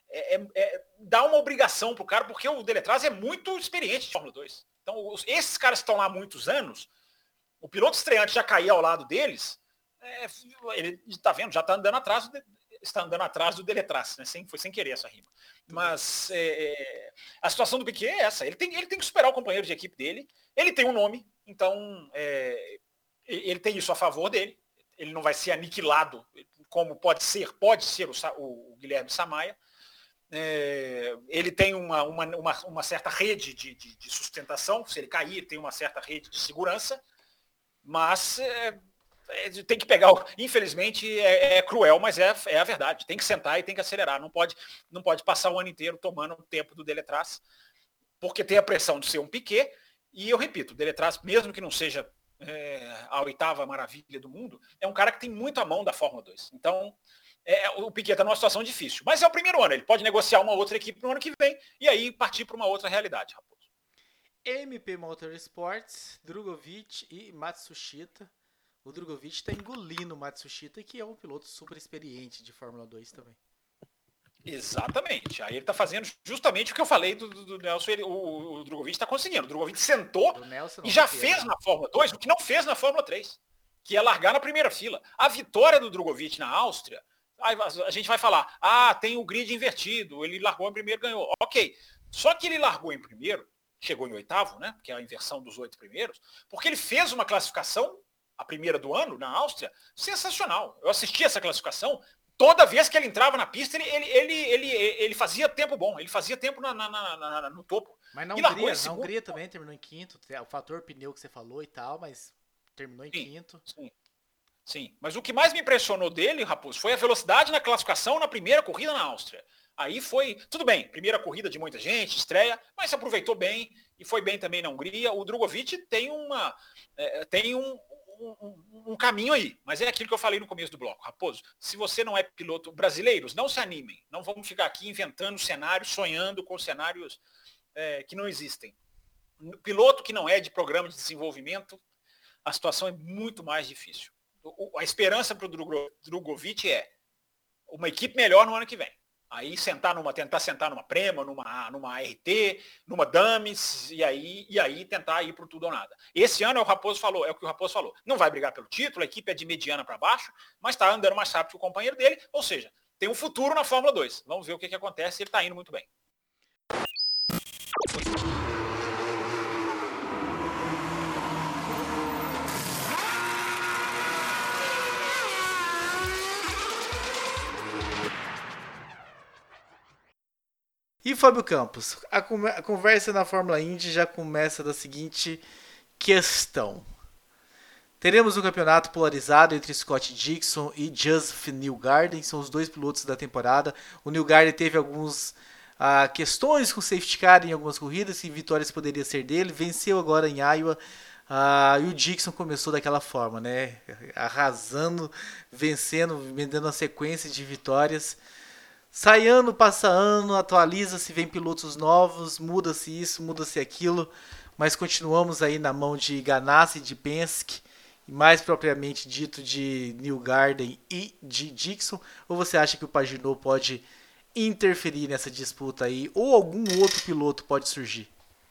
dá uma obrigação para o cara, porque o Deletraz é muito experiente de Fórmula 2. Então, esses caras que estão lá há muitos anos, o piloto estreante já cair ao lado deles, ele está vendo, já está andando atrás do Deletraz, né? Foi sem querer essa rima. Mas a situação do Piquet é essa. Ele tem que superar o companheiro de equipe dele. Ele tem um nome, então ele tem isso a favor dele. Ele não vai ser aniquilado, como pode ser o Guilherme Samaia. Ele tem uma certa rede de sustentação. Se ele cair, ele tem uma certa rede de segurança. Mas tem que pegar. Infelizmente é cruel, mas é a verdade. Tem que sentar e tem que acelerar. Não pode passar o ano inteiro tomando o tempo do Deletraz, porque tem a pressão de ser um Piquet. E eu repito, o Deletraz, mesmo que não seja a 8ª maravilha do mundo, é um cara que tem muito a mão da Fórmula 2. Então, o Piquet está numa situação difícil. Mas é o primeiro ano. Ele pode negociar uma outra equipe no ano que vem e aí partir para uma outra realidade, Raposo. MP Motorsports, Drugovich e Matsushita. O Drugovich está engolindo o Matsushita, que é um piloto super experiente de Fórmula 2 também. Exatamente. Aí ele está fazendo justamente o que eu falei do Nelson. O Drugovich está conseguindo. O Drugovich sentou e já fez na Fórmula 2 o que não fez na Fórmula 3, que é largar na primeira fila. A vitória do Drugovich na Áustria, a gente vai falar, tem o grid invertido, ele largou em primeiro e ganhou. Ok. Só que ele largou em primeiro, chegou em 8º, né? Que é a inversão dos 8 primeiros, porque ele fez uma classificação, a primeira do ano, na Áustria, sensacional. Eu assisti essa classificação, toda vez que ele entrava na pista, ele fazia tempo bom, ele fazia tempo no topo. Mas na Hungria também terminou em 5º, o fator pneu que você falou e tal, mas terminou em 5º. Sim, mas o que mais me impressionou dele, Raposo, foi a velocidade na classificação na primeira corrida na Áustria. Aí foi, tudo bem, primeira corrida de muita gente, estreia, mas se aproveitou bem e foi bem também na Hungria. O Drugovich tem um caminho aí, mas é aquilo que eu falei no começo do bloco. Raposo, se você não é piloto, brasileiros, não se animem, não vamos ficar aqui inventando cenários, sonhando com cenários que não existem. Piloto que não é de programa de desenvolvimento, a situação é muito mais difícil. A esperança para o Drugovich é uma equipe melhor no ano que vem. Aí tentar sentar numa Prema, numa ART, numa Dames, e aí tentar ir por tudo ou nada. Esse ano é o que o Raposo falou. Não vai brigar pelo título, a equipe é de mediana para baixo, mas está andando mais rápido que o companheiro dele, ou seja, tem um futuro na Fórmula 2. Vamos ver o que acontece, ele está indo muito bem. E Fábio Campos, a conversa na Fórmula Indy já começa da seguinte questão. Teremos um campeonato polarizado entre Scott Dixon e Joseph Newgarden, são os 2 pilotos da temporada. O Newgarden teve algumas questões com safety car em algumas corridas, e vitórias poderia ser dele, venceu agora em Iowa. E o Dixon começou daquela forma, né? Arrasando, vencendo, vendendo uma sequência de vitórias. Sai ano, passa ano, atualiza-se, vem pilotos novos, muda-se isso, muda-se aquilo, mas continuamos aí na mão de Ganassi e de Penske, e mais propriamente dito de Newgarden e de Dixon, ou você acha que o Pagenaud pode interferir nessa disputa aí, ou algum outro piloto pode surgir?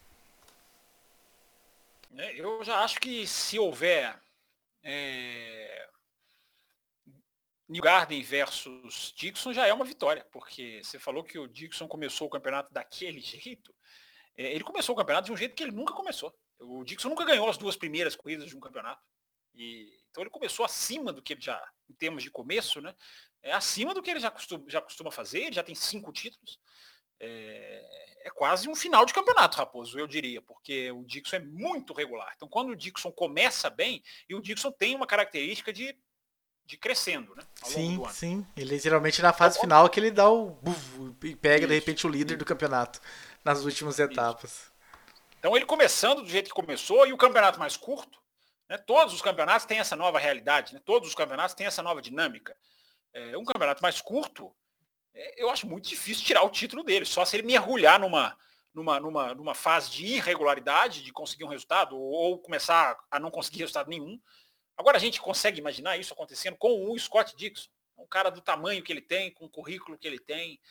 Eu já acho que se houver Newgarden versus Dixon já é uma vitória, porque você falou que o Dixon começou o campeonato daquele jeito. Ele começou o campeonato de um jeito que ele nunca começou. O Dixon nunca ganhou as 2 primeiras corridas de um campeonato. Então ele começou acima do que ele já, em termos de começo, né? Acima do que ele já costuma fazer, ele já tem 5 títulos. É quase um final de campeonato, Raposo, eu diria, porque o Dixon é muito regular. Então quando o Dixon começa bem, e o Dixon tem uma característica de crescendo, né? Ao longo do ano. Sim. Ele geralmente na fase final que ele dá o e pega de repente o líder do campeonato nas últimas etapas. Então ele começando do jeito que começou, e o campeonato mais curto, né? Todos os campeonatos têm essa nova realidade, né? Todos os campeonatos têm essa nova dinâmica. Um campeonato mais curto, eu acho muito difícil tirar o título dele, só se ele mergulhar numa fase de irregularidade, de conseguir um resultado, ou começar a não conseguir resultado nenhum. Agora a gente consegue imaginar isso acontecendo com o Scott Dixon, um cara do tamanho que ele tem, com o currículo que ele tem.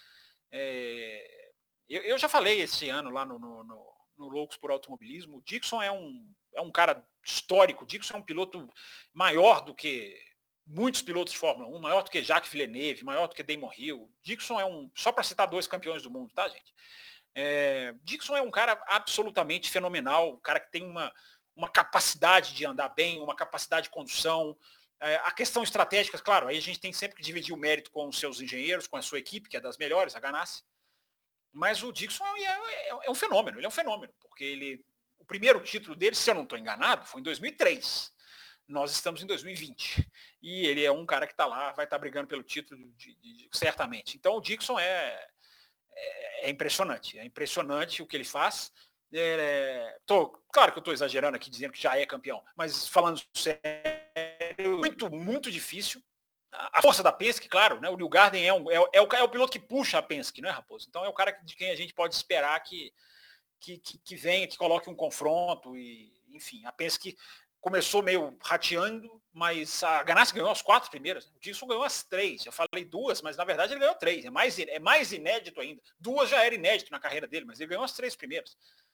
Eu já falei esse ano lá no Loucos por Automobilismo, o Dixon é um cara histórico, o Dixon é um piloto maior do que muitos pilotos de Fórmula 1, maior do que Jacques Villeneuve, maior do que Damon Hill. Dixon é só para citar 2 campeões do mundo, tá, gente? Dixon é um cara absolutamente fenomenal, um cara que tem uma capacidade de andar bem, uma capacidade de condução. A questão estratégica, claro, aí a gente tem sempre que dividir o mérito com os seus engenheiros, com a sua equipe, que é das melhores, a Ganassi. Mas o Dixon é um fenômeno, ele é um fenômeno, porque o primeiro título dele, se eu não estou enganado, foi em 2003. Nós estamos em 2020. E ele é um cara que está lá, vai estar brigando pelo título certamente. Então o Dixon é impressionante. É impressionante o que ele faz. Claro que eu estou exagerando aqui, dizendo que já é campeão, mas falando sério, muito, muito difícil. A força da Penske, claro, né? O Newgarden é o piloto que puxa a Penske, né, Raposo? Então é o cara de quem a gente pode esperar que venha, que coloque um confronto. E, enfim, a Penske começou meio rateando, mas a Ganassi ganhou as 4 primeiras. O Dixon ganhou as 3. Eu falei 2, mas na verdade ele ganhou 3. É mais inédito ainda. 2 já era inédito na carreira dele, mas ele ganhou as 3 primeiras.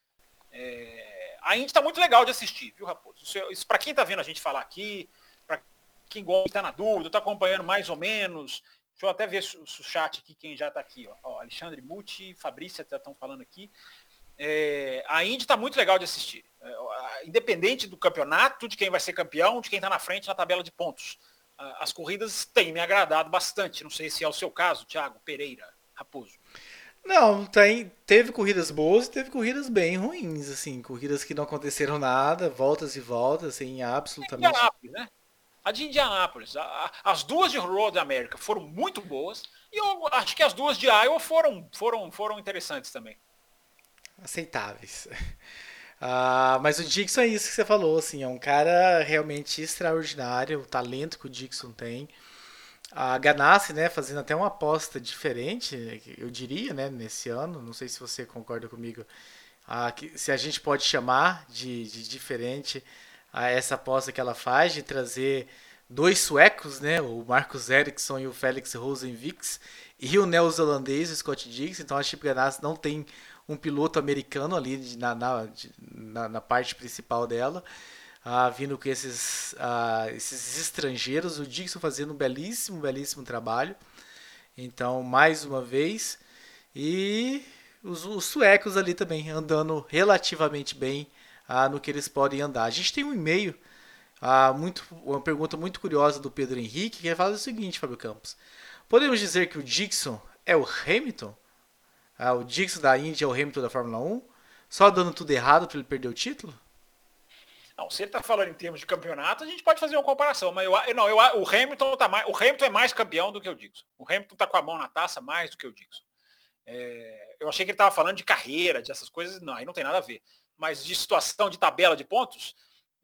A Indy está muito legal de assistir, viu, Raposo? Isso para quem está vendo a gente falar aqui, para quem gosta, está na dúvida, está acompanhando mais ou menos. Deixa eu até ver o chat aqui, quem já está aqui. Ó, Alexandre Muti, Fabrícia já estão falando aqui. A Indy está muito legal de assistir. Independente do campeonato, de quem vai ser campeão, de quem está na frente na tabela de pontos. As corridas têm me agradado bastante. Não sei se é o seu caso, Thiago Pereira, Raposo. Não, teve corridas boas e teve corridas bem ruins, assim, corridas que não aconteceram nada, voltas e voltas, assim, absolutamente. Indianápolis, né? A de Indianápolis, as 2 de Road America foram muito boas e eu acho que as 2 de Iowa foram interessantes também. Aceitáveis. Mas o Dixon é isso que você falou, assim, é um cara realmente extraordinário, o talento que o Dixon tem. A Ganassi, né, fazendo até uma aposta diferente, eu diria, né, nesse ano, não sei se você concorda comigo, se a gente pode chamar de diferente essa aposta que ela faz de trazer 2 suecos, né, o Marcus Ericsson e o Felix Rosenqvist, e o neozelandês, o Scott Dixon. Então a Chip Ganassi não tem um piloto americano ali na parte principal dela, vindo com esses estrangeiros, o Dixon fazendo um belíssimo, belíssimo trabalho. Então, mais uma vez, e os suecos ali também andando relativamente bem no que eles podem andar. A gente tem um e-mail, uma pergunta muito curiosa do Pedro Henrique, que fala o seguinte, Fábio Campos: podemos dizer que o Dixon é o Hamilton? O Dixon da Indy é o Hamilton da Fórmula 1? Só dando tudo errado para ele perder o título? Não, se ele está falando em termos de campeonato, a gente pode fazer uma comparação, mas o Hamilton é mais campeão do que o Dixon. O Hamilton está com a mão na taça mais do que o Dixon. Eu achei que ele estava falando de carreira, dessas coisas, não, aí não tem nada a ver. Mas de situação, de tabela de pontos,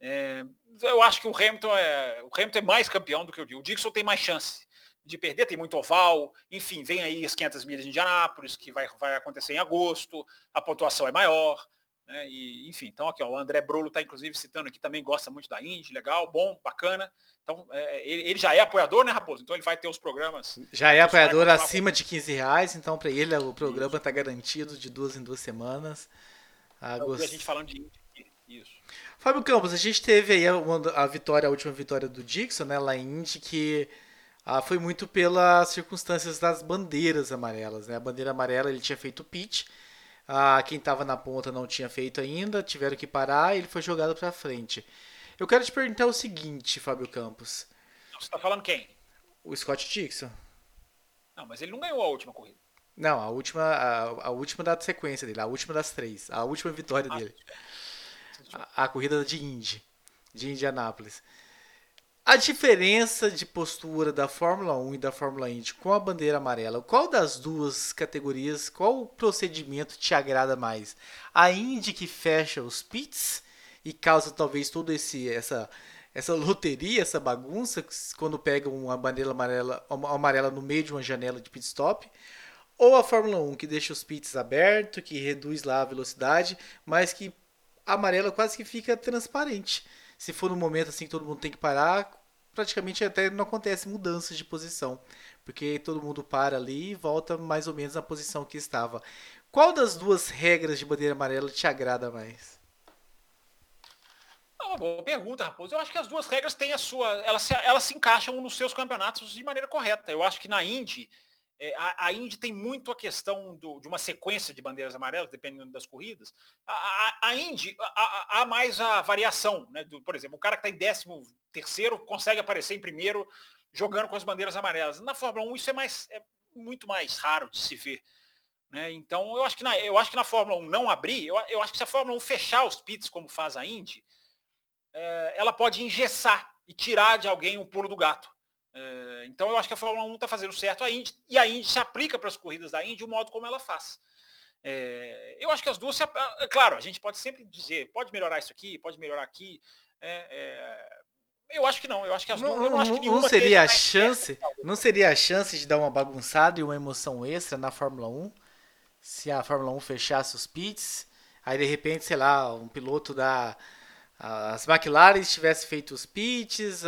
eu acho que o Hamilton é mais campeão do que o Dixon. O Dixon tem mais chance de perder, tem muito oval, enfim, vem aí as 500 milhas de Indianápolis, que vai acontecer em agosto, a pontuação é maior. E, enfim, então aqui, o André Brolo está inclusive citando aqui, também gosta muito da Indy, legal, bom, bacana. Então ele já é apoiador, né, Raposo? Então ele vai ter os programas. Já é apoiador acima de R$15, então para ele o programa está garantido de 2 em 2 semanas. A gente falando de Indy. Isso. Fábio Campos, a gente teve aí a última vitória do Dixon, né, lá em Indy, que foi muito pelas circunstâncias das bandeiras amarelas, né? A bandeira amarela, ele tinha feito pitch. Quem estava na ponta não tinha feito ainda, tiveram que parar e ele foi jogado para frente. Eu quero te perguntar o seguinte, Fábio Campos. Você está falando quem? O Scott Dixon. Não, mas ele não ganhou a última corrida. Não, a última da sequência dele, a última das 3, a última vitória dele. A corrida de Indianápolis. A diferença de postura da Fórmula 1 e da Fórmula Indy com a bandeira amarela, qual das duas categorias, qual procedimento te agrada mais? A Indy que fecha os pits e causa talvez toda essa loteria, essa bagunça, quando pega uma bandeira amarela no meio de uma janela de pit stop? ou a Fórmula 1 que deixa os pits abertos, que reduz lá a velocidade, mas que a amarela quase que fica transparente. Se for no momento assim que todo mundo tem que parar, praticamente até não acontece mudanças de posição, porque todo mundo para ali e volta mais ou menos na posição que estava. Qual das duas regras de bandeira amarela te agrada mais? É uma boa pergunta, Raposo. Eu acho que as duas regras têm a sua. Elas se encaixam nos seus campeonatos de maneira correta. Eu acho que na Indy, a Indy tem muito a questão de uma sequência de bandeiras amarelas, dependendo das corridas. A Indy, há mais a variação, né? Por exemplo, o cara que está em 13º consegue aparecer em primeiro jogando com as bandeiras amarelas. Na Fórmula 1 isso é muito mais raro de se ver. Né? Então eu acho que na Fórmula 1 não abrir, eu acho que se a Fórmula 1 fechar os pits como faz a Indy, ela pode engessar e tirar de alguém o pulo do gato. Então eu acho que a Fórmula 1 está fazendo certo a Indy, e a Indy se aplica para as corridas da Indy o modo como ela faz. Eu acho que as duas, claro, a gente pode sempre dizer, pode melhorar isso aqui, pode melhorar aqui. Eu acho que não, eu acho que as duas, eu não acho que nenhuma seria a chance, não seria a chance de dar uma bagunçada e uma emoção extra na Fórmula 1? Se a Fórmula 1 fechasse os pits, aí de repente, sei lá, um piloto as McLaren tivesse feito os pits,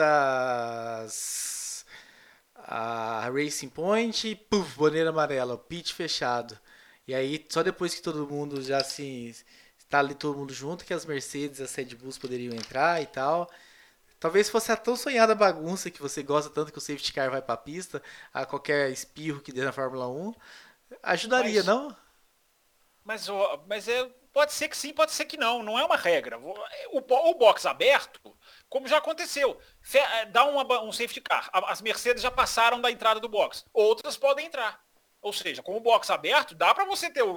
a Racing Point, puf, bandeira amarela, pit fechado. E aí, só depois que todo mundo já está ali todo mundo junto, que as Mercedes e as Red Bulls poderiam entrar e tal. Talvez fosse a tão sonhada bagunça que você gosta tanto que o safety car vai pra pista, a qualquer espirro que dê na Fórmula 1. Ajudaria, não? Mas pode ser que sim, pode ser que não. Não é uma regra. O box aberto, como já aconteceu, dá um safety car. As Mercedes já passaram da entrada do box. Outras podem entrar. Ou seja, com o box aberto, dá para você ter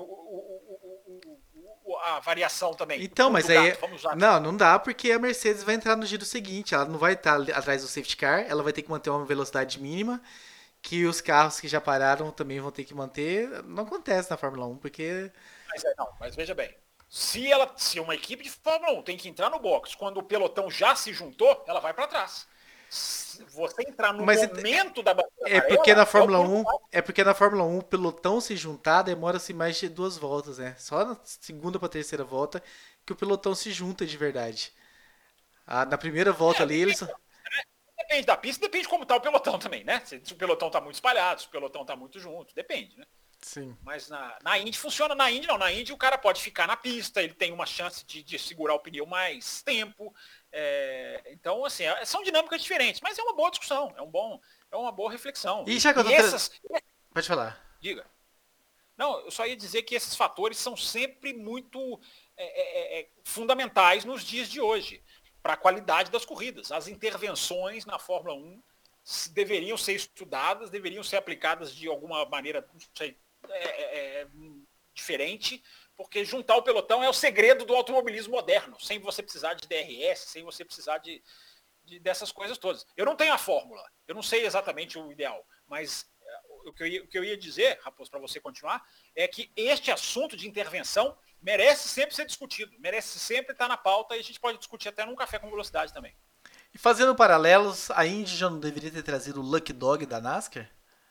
a variação também. Então, mas aí... Não dá, porque a Mercedes vai entrar no giro seguinte. Ela não vai estar atrás do safety car. Ela vai ter que manter uma velocidade mínima, que os carros que já pararam também vão ter que manter. Não acontece na Fórmula 1, porque... Mas veja bem, se uma equipe de Fórmula 1 tem que entrar no box quando o pelotão já se juntou, ela vai para trás. Se você entrar no momento da bandeira porque na Fórmula 1, porque na Fórmula 1 o pelotão se juntar demora-se mais de 2 voltas, né? Só na segunda para terceira volta que o pelotão se junta de verdade. Na primeira volta ali eles... Depende da pista, depende de como tá o pelotão também, né? Se o pelotão tá muito espalhado, se o pelotão tá muito junto, depende, né? Sim. Mas na Indy funciona, na Indy não. Na Indy o cara pode ficar na pista, ele tem uma chance de segurar o pneu mais tempo. Então, assim, são dinâmicas diferentes, mas é uma boa discussão, é uma boa reflexão. E já que Pode falar. Diga. Não, eu só ia dizer que esses fatores são sempre muito fundamentais nos dias de hoje, para a qualidade das corridas. As intervenções na Fórmula 1 deveriam ser estudadas, deveriam ser aplicadas de alguma maneira, não sei, diferente, porque juntar o pelotão é o segredo do automobilismo moderno, sem você precisar de DRS, sem você precisar dessas coisas todas. Eu não tenho a fórmula, eu não sei exatamente o ideal, mas o que eu ia dizer, Raposo, para você continuar, é que este assunto de intervenção merece sempre ser discutido, merece sempre estar na pauta, e a gente pode discutir até num café com velocidade também. E fazendo paralelos, a Indy já não deveria ter trazido o Lucky Dog da NASCAR?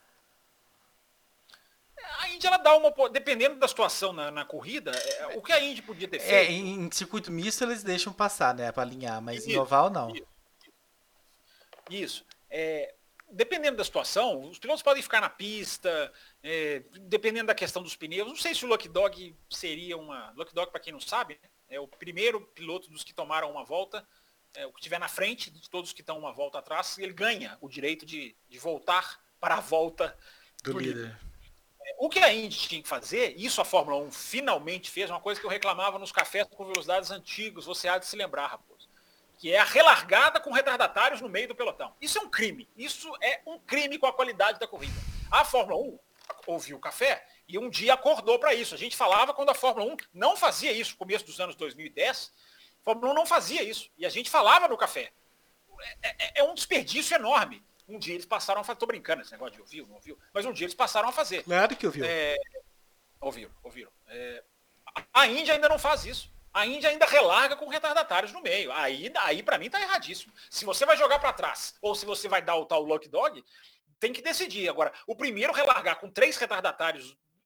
A Indy, ela dá dependendo da situação na corrida, o que a Indy podia ter feito... Em circuito misto eles deixam passar, né, para alinhar, mas em oval não. Isso. Dependendo da situação, os pilotos podem ficar na pista, dependendo da questão dos pneus. Não sei se o Lucky Dog seria Lucky Dog, para quem não sabe, é o primeiro piloto dos que tomaram uma volta, o que estiver na frente de todos que estão uma volta atrás, ele ganha o direito de voltar para a volta do líder. O que a Indy tinha que fazer, isso a Fórmula 1 finalmente fez, uma coisa que eu reclamava nos cafés com velocidades antigos, você há de se lembrar, Raposo, que é a relargada com retardatários no meio do pelotão. Isso é um crime. Isso é um crime com a qualidade da corrida. A Fórmula 1 ouviu o café e um dia acordou para isso. A gente falava quando a Fórmula 1 não fazia isso, no começo dos anos 2010, a Fórmula 1 não fazia isso. E a gente falava no café. É um desperdício enorme. Um dia eles passaram a fazer, tô brincando esse negócio de ouviu, não ouviu, mas um dia eles passaram a fazer. Claro que ouviu. Ouviram. A Indy ainda não faz isso. A Indy ainda relarga com retardatários no meio. Aí para mim tá erradíssimo. Se você vai jogar para trás ou se você vai dar o tal Lucky Dog, tem que decidir. Agora, o primeiro relargar com 3 retardatários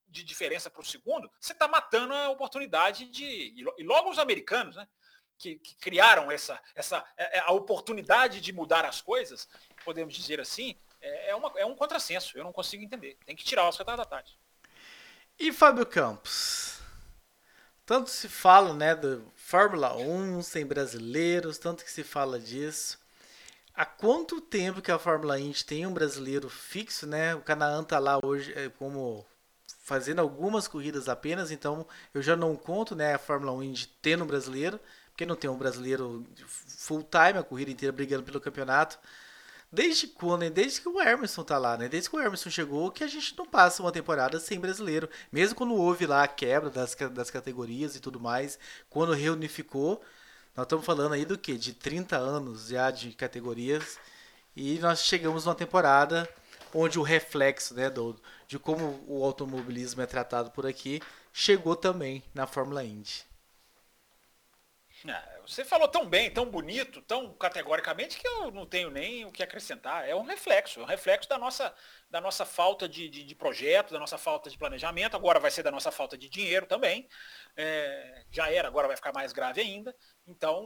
de diferença para o segundo, você está matando a oportunidade de... E logo os americanos, né? Que criaram a oportunidade de mudar as coisas, podemos dizer assim, é um contrassenso. Eu não consigo entender. Tem que tirar os retardatários da tarde. E Fábio Campos? Tanto se fala, né, da Fórmula 1 sem brasileiros, tanto que se fala disso. Há quanto tempo que a Fórmula Indy tem um brasileiro fixo, né? O Canaan tá lá hoje como fazendo algumas corridas apenas, então eu já não conto, né, a Fórmula 1 Indy tendo um brasileiro, porque não tem um brasileiro full time, a corrida inteira brigando pelo campeonato. Desde quando, né? Desde que o Emerson tá lá, né? Desde que o Emerson chegou, que a gente não passa uma temporada sem brasileiro. Mesmo quando houve lá a quebra das categorias e tudo mais, quando reunificou, nós estamos falando aí do quê? De 30 anos já de categorias. E nós chegamos numa temporada onde o reflexo, né, de como o automobilismo é tratado por aqui, chegou também na Fórmula Indy. Você falou tão bem, tão bonito, tão categoricamente que eu não tenho nem o que acrescentar. É um reflexo da nossa falta de projeto, da nossa falta de planejamento. Agora vai ser da nossa falta de dinheiro também. Já era, agora vai ficar mais grave ainda. Então,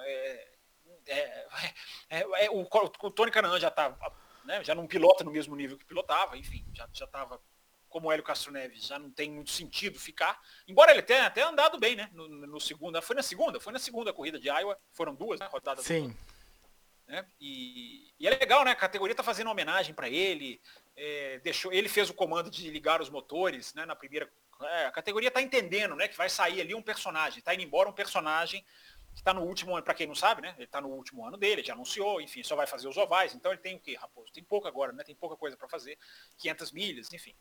o Tony Kanaan já está, né, já não pilota no mesmo nível que pilotava, enfim, já estava... Como o Hélio Castro Neves, já não tem muito sentido ficar. Embora ele tenha até andado bem, né? No segundo. Foi na segunda corrida de Iowa. Foram duas, né, rodadas. Sim. Né? E é legal, né? A categoria tá fazendo homenagem para ele. Ele fez o comando de ligar os motores, né? Na primeira. A categoria tá entendendo, né? Que vai sair ali um personagem. Tá indo embora um personagem que tá no último ano, para quem não sabe, né? Ele tá no último ano dele, já anunciou, enfim, só vai fazer os ovais. Então ele tem o quê, Raposo? Tem pouco agora, né? Tem pouca coisa para fazer. 500 milhas, enfim.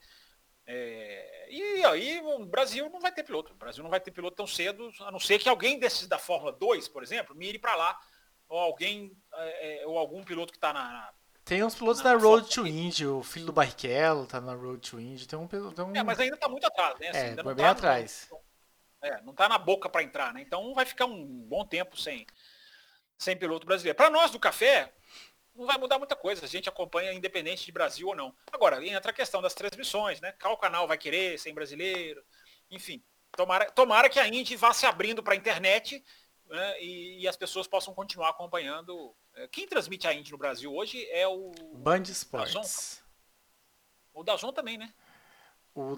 E aí o Brasil não vai ter piloto. O Brasil não vai ter piloto tão cedo, a não ser que alguém desses da Fórmula 2, por exemplo, mire para lá, ou algum piloto que está tem uns pilotos da Road to Indy, o filho do Barrichello tá na Road to Indy, mas ainda está muito atrás, né? Assim, ainda não bem atrás. Não está na boca para entrar, né? Então vai ficar um bom tempo sem piloto brasileiro. Para nós do café, não vai mudar muita coisa, a gente acompanha independente de Brasil ou não. Agora, entra a questão das transmissões, né? Qual canal vai querer, sem brasileiro, enfim. Tomara que a Indy vá se abrindo para a internet, né, e as pessoas possam continuar acompanhando. Quem transmite a Indy no Brasil hoje é o Band Esportes. O DAZN também, né? O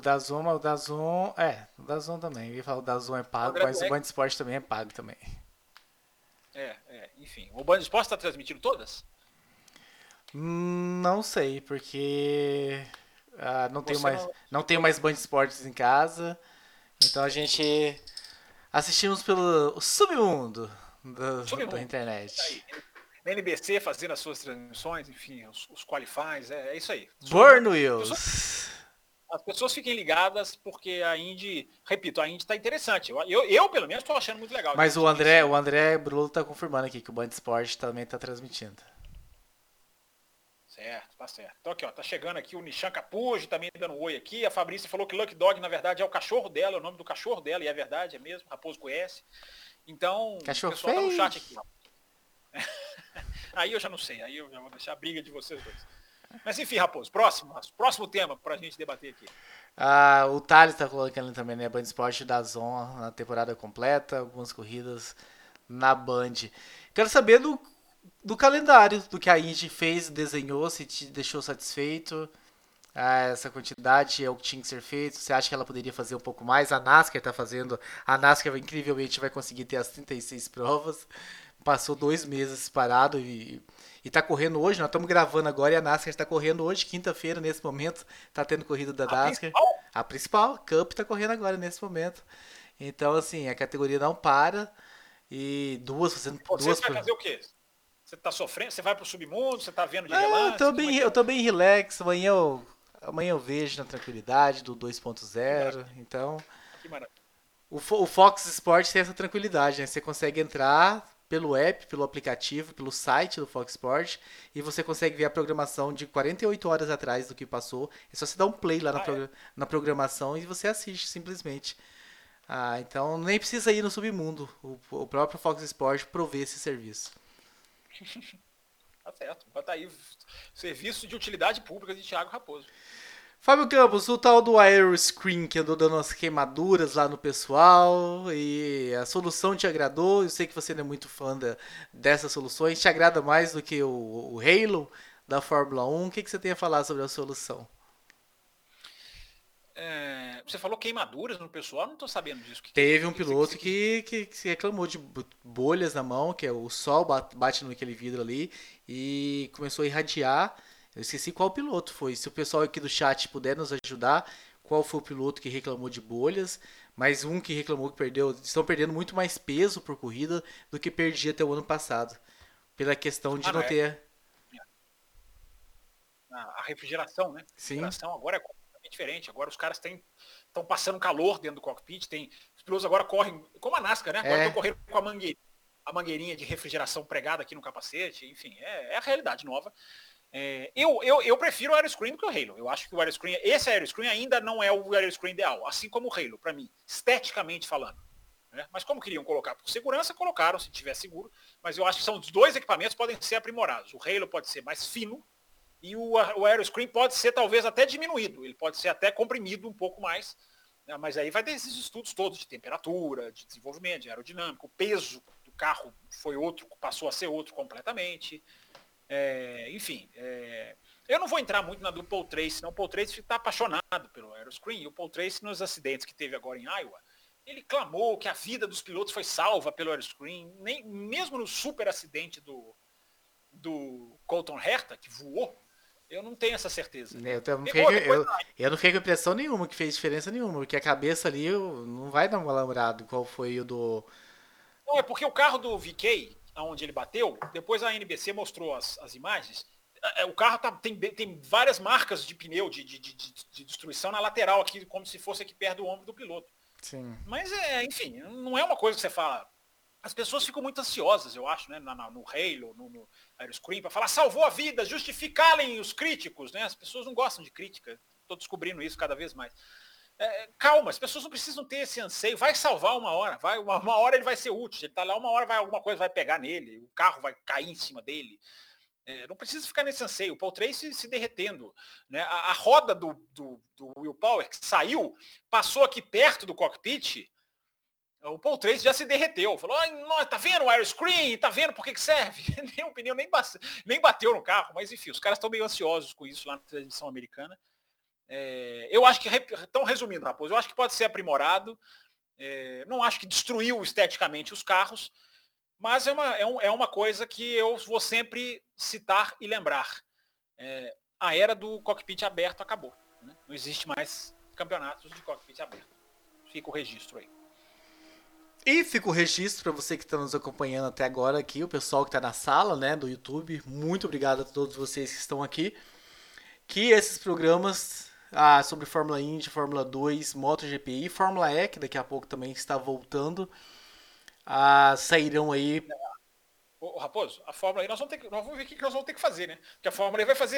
DAZN também. Eu ia falar o DAZN é pago, mas o Band Esportes também é pago também. Enfim. O Band Esportes está transmitindo todas? Não sei, porque não tenho mais Band Esportes em casa, então a gente assistimos pelo submundo da internet. Aí, na NBC fazendo as suas transmissões, enfim, os qualifies, é isso aí. Burn Wheels. As pessoas fiquem ligadas, porque a Indy, repito, a Indy está interessante. Eu pelo menos, estou achando muito legal. Mas o André Brulo está confirmando aqui que o Band Esportes também está transmitindo. Certo, tá certo. Então aqui, ó, tá chegando aqui o Nishan Capuji, também dando um oi aqui. A Fabrícia falou que Lucky Dog, na verdade, é o cachorro dela, é o nome do cachorro dela, e é verdade, é mesmo, Raposo conhece. Então, cachorro o pessoal feio. tá no chat aqui, ó. Aí eu já não sei, aí eu já vou deixar a briga de vocês dois. Mas enfim, Raposo, próximo tema pra gente debater aqui. O Thales tá colocando também, né, Band Esporte da Zona na temporada completa, algumas corridas na Band. Quero saber do calendário, do que a Indy fez, desenhou, se te deixou satisfeito. Essa quantidade é o que tinha que ser feito. Você acha que ela poderia fazer um pouco mais? A NASCAR está fazendo. A NASCAR incrivelmente vai conseguir ter as 36 provas. Passou 2 meses parado e está correndo hoje. Nós estamos gravando agora e a NASCAR está correndo hoje, quinta-feira, nesse momento. Está tendo corrida da NASCAR. A principal, Cup, está correndo agora, nesse momento. Então, assim, a categoria não para. E Você vai fazer o quê? Você tá sofrendo? Você vai pro submundo? Você tá vendo de relance? Eu tô bem relax. Amanhã eu vejo na tranquilidade do 2.0. Então, o Fox Sports tem essa tranquilidade, né? Você consegue entrar pelo app, pelo aplicativo, pelo site do Fox Sports e você consegue ver a programação de 48 horas atrás do que passou. É só você dar um play lá na programação e você assiste simplesmente. Então nem precisa ir no submundo. O próprio Fox Sports provê esse serviço. Tá certo. Bota aí serviço de utilidade pública de Thiago Raposo. Fábio Campos, o tal do Aeroscreen que andou dando umas queimaduras lá no pessoal e a solução te agradou? Eu sei que você não é muito fã dessas soluções. Te agrada mais do que o Halo da Fórmula 1? O que você tem a falar sobre a solução? Você falou queimaduras no pessoal, não estou sabendo disso. Teve um Que você piloto quis. que se reclamou de bolhas na mão, que é o sol bate naquele vidro ali e começou a irradiar. Eu esqueci qual piloto foi. Se o pessoal aqui do chat puder nos ajudar, qual foi o piloto que reclamou de bolhas? Mas um que reclamou que perdeu, estão perdendo muito mais peso por corrida do que perdia até o ano passado, pela questão de Ah, não, não ter. a refrigeração, né? A Sim, refrigeração agora é completamente diferente. Agora os caras estão passando calor dentro do cockpit. Os pilotos agora correm, como a NASCAR, né? Agora estão é. correndo com a mangueirinha de refrigeração pregada aqui no capacete. Enfim, é a realidade nova. Eu prefiro o Aeroscreen do que o Halo. Eu acho que esse Aeroscreen ainda não é o Aeroscreen ideal, assim como o Halo, para mim, esteticamente falando. Né? Mas como queriam colocar por segurança, colocaram, se tiver seguro. Mas eu acho que são os dois equipamentos podem ser aprimorados. O Halo pode ser mais fino e o Aeroscreen pode ser talvez até diminuído. Ele pode ser até comprimido um pouco mais. Né? Mas aí vai ter esses estudos todos de temperatura, de desenvolvimento, de aerodinâmica. O peso do carro foi outro, passou a ser outro completamente. Enfim, eu não vou entrar muito na do Paul Tracy, senão o Paul Tracy está apaixonado pelo Aeroscreen, e o Paul Tracy nos acidentes que teve agora em Iowa, ele clamou que a vida dos pilotos foi salva pelo Aeroscreen, mesmo no super acidente do Colton Herta, que voou, eu não tenho essa certeza. Né, Eu não fiquei, Pegou depois. eu não fiquei com impressão nenhuma que fez diferença nenhuma, porque a cabeça ali não vai dar um alambrado igual foi o do. Não, é porque o carro do VK, aonde ele bateu, depois a NBC mostrou as imagens, o carro tem várias marcas de pneu, de destruição na lateral aqui, como se fosse aqui perto do ombro do piloto. Sim. Mas, enfim, não é uma coisa que você fala. As pessoas ficam muito ansiosas, eu acho, né, no Halo, no Aeroscreen, para falar salvou a vida, justificarem os críticos, né? As pessoas não gostam de crítica. Estou descobrindo isso cada vez mais. Calma, as pessoas não precisam ter esse anseio. Vai salvar uma hora, uma hora ele vai ser útil. Ele está lá, uma hora alguma coisa vai pegar nele, o carro vai cair em cima dele. Não precisa ficar nesse anseio. O Paul Tracy se derretendo. Né? A roda do Will Power, que saiu, passou aqui perto do cockpit, o Paul Tracy já se derreteu. Falou, tá vendo o Aeroscreen? Tá vendo por que serve? Nem o pneu nem bateu no carro. Mas enfim, os caras estão meio ansiosos com isso lá na transmissão americana. Eu acho que, então resumindo, Raposo, eu acho que pode ser aprimorado. Não acho que destruiu esteticamente os carros, mas é uma coisa que eu vou sempre citar e lembrar. A era do cockpit aberto acabou. Né? Não existe mais campeonatos de cockpit aberto. Fica o registro aí. E fica o registro para você que está nos acompanhando até agora aqui, o pessoal que está na sala, né, do YouTube. Muito obrigado a todos vocês que estão aqui. Que esses programas sobre Fórmula Indy, Fórmula 2, MotoGP e Fórmula E, que daqui a pouco também está voltando, sairão aí. Raposo, a Fórmula E nós vamos ver o que nós vamos ter que fazer, né? Porque a Fórmula E vai fazer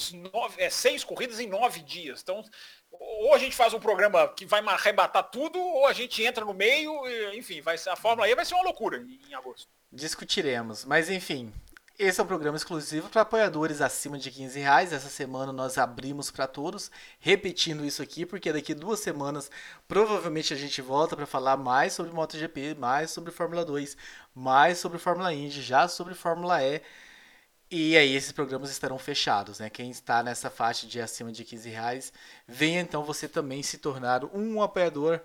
6 corridas em 9 dias. Então, ou a gente faz um programa que vai arrebatar tudo, ou a gente entra no meio, enfim, a Fórmula E vai ser uma loucura em agosto. Discutiremos, mas enfim. Esse é um programa exclusivo para apoiadores acima de R$ 15. Essa semana nós abrimos para todos, repetindo isso aqui, porque daqui 2 semanas provavelmente a gente volta para falar mais sobre MotoGP, mais sobre Fórmula 2, mais sobre Fórmula Indy, já sobre Fórmula E. E aí esses programas estarão fechados, né? Quem está nessa faixa de acima de R$ 15, venha então você também se tornar um apoiador,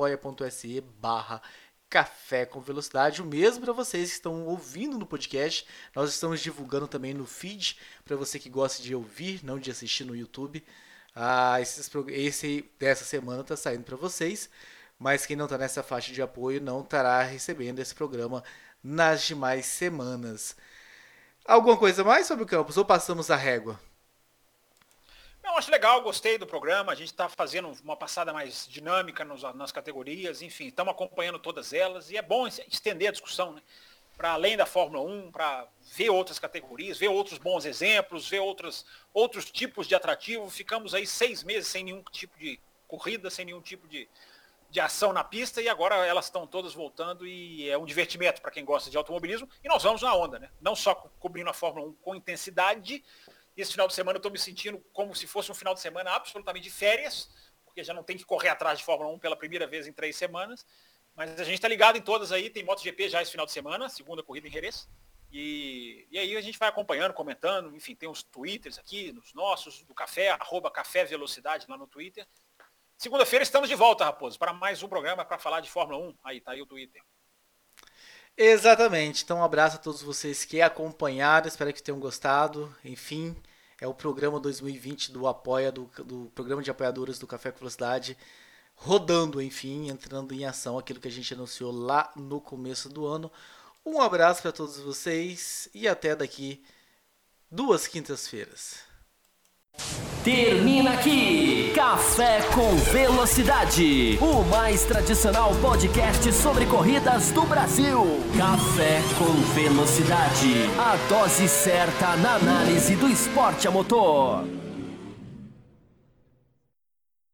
apoia.se/Café com Velocidade, o mesmo para vocês que estão ouvindo no podcast. Nós estamos divulgando também no feed, para você que gosta de ouvir, não de assistir no YouTube. Esse dessa semana está saindo para vocês, mas quem não está nessa faixa de apoio não estará recebendo esse programa nas demais semanas. Alguma coisa mais sobre o campus ou passamos a régua? Eu acho legal, gostei do programa, a gente está fazendo uma passada mais dinâmica nas categorias, enfim, estamos acompanhando todas elas e é bom estender a discussão, né? Para além da Fórmula 1, para ver outras categorias, ver outros bons exemplos, ver outros tipos de atrativo. Ficamos aí 6 meses sem nenhum tipo de corrida, sem nenhum tipo de ação na pista e agora elas estão todas voltando e é um divertimento para quem gosta de automobilismo e nós vamos na onda, né? Não só cobrindo a Fórmula 1 com intensidade, Esse final de semana eu estou me sentindo como se fosse um final de semana absolutamente de férias, porque já não tem que correr atrás de Fórmula 1 pela primeira vez em 3 semanas. Mas a gente está ligado em todas aí, tem MotoGP já esse final de semana, segunda corrida em Jerez. E aí a gente vai acompanhando, comentando, enfim, tem uns twitters aqui, nos nossos, do Café, @Café Velocidade lá no Twitter. Segunda-feira estamos de volta, Raposo, para mais um programa para falar de Fórmula 1. Aí, tá aí o Twitter. Exatamente, então um abraço a todos vocês que acompanharam, espero que tenham gostado. Enfim, é o programa 2020 do Apoia, do programa de apoiadores do Café com Velocidade, rodando, enfim, entrando em ação, aquilo que a gente anunciou lá no começo do ano. Um abraço para todos vocês e até daqui 2 quintas-feiras. Termina aqui Café com Velocidade, o mais tradicional podcast sobre corridas do Brasil. Café com Velocidade, a dose certa na análise do esporte a motor.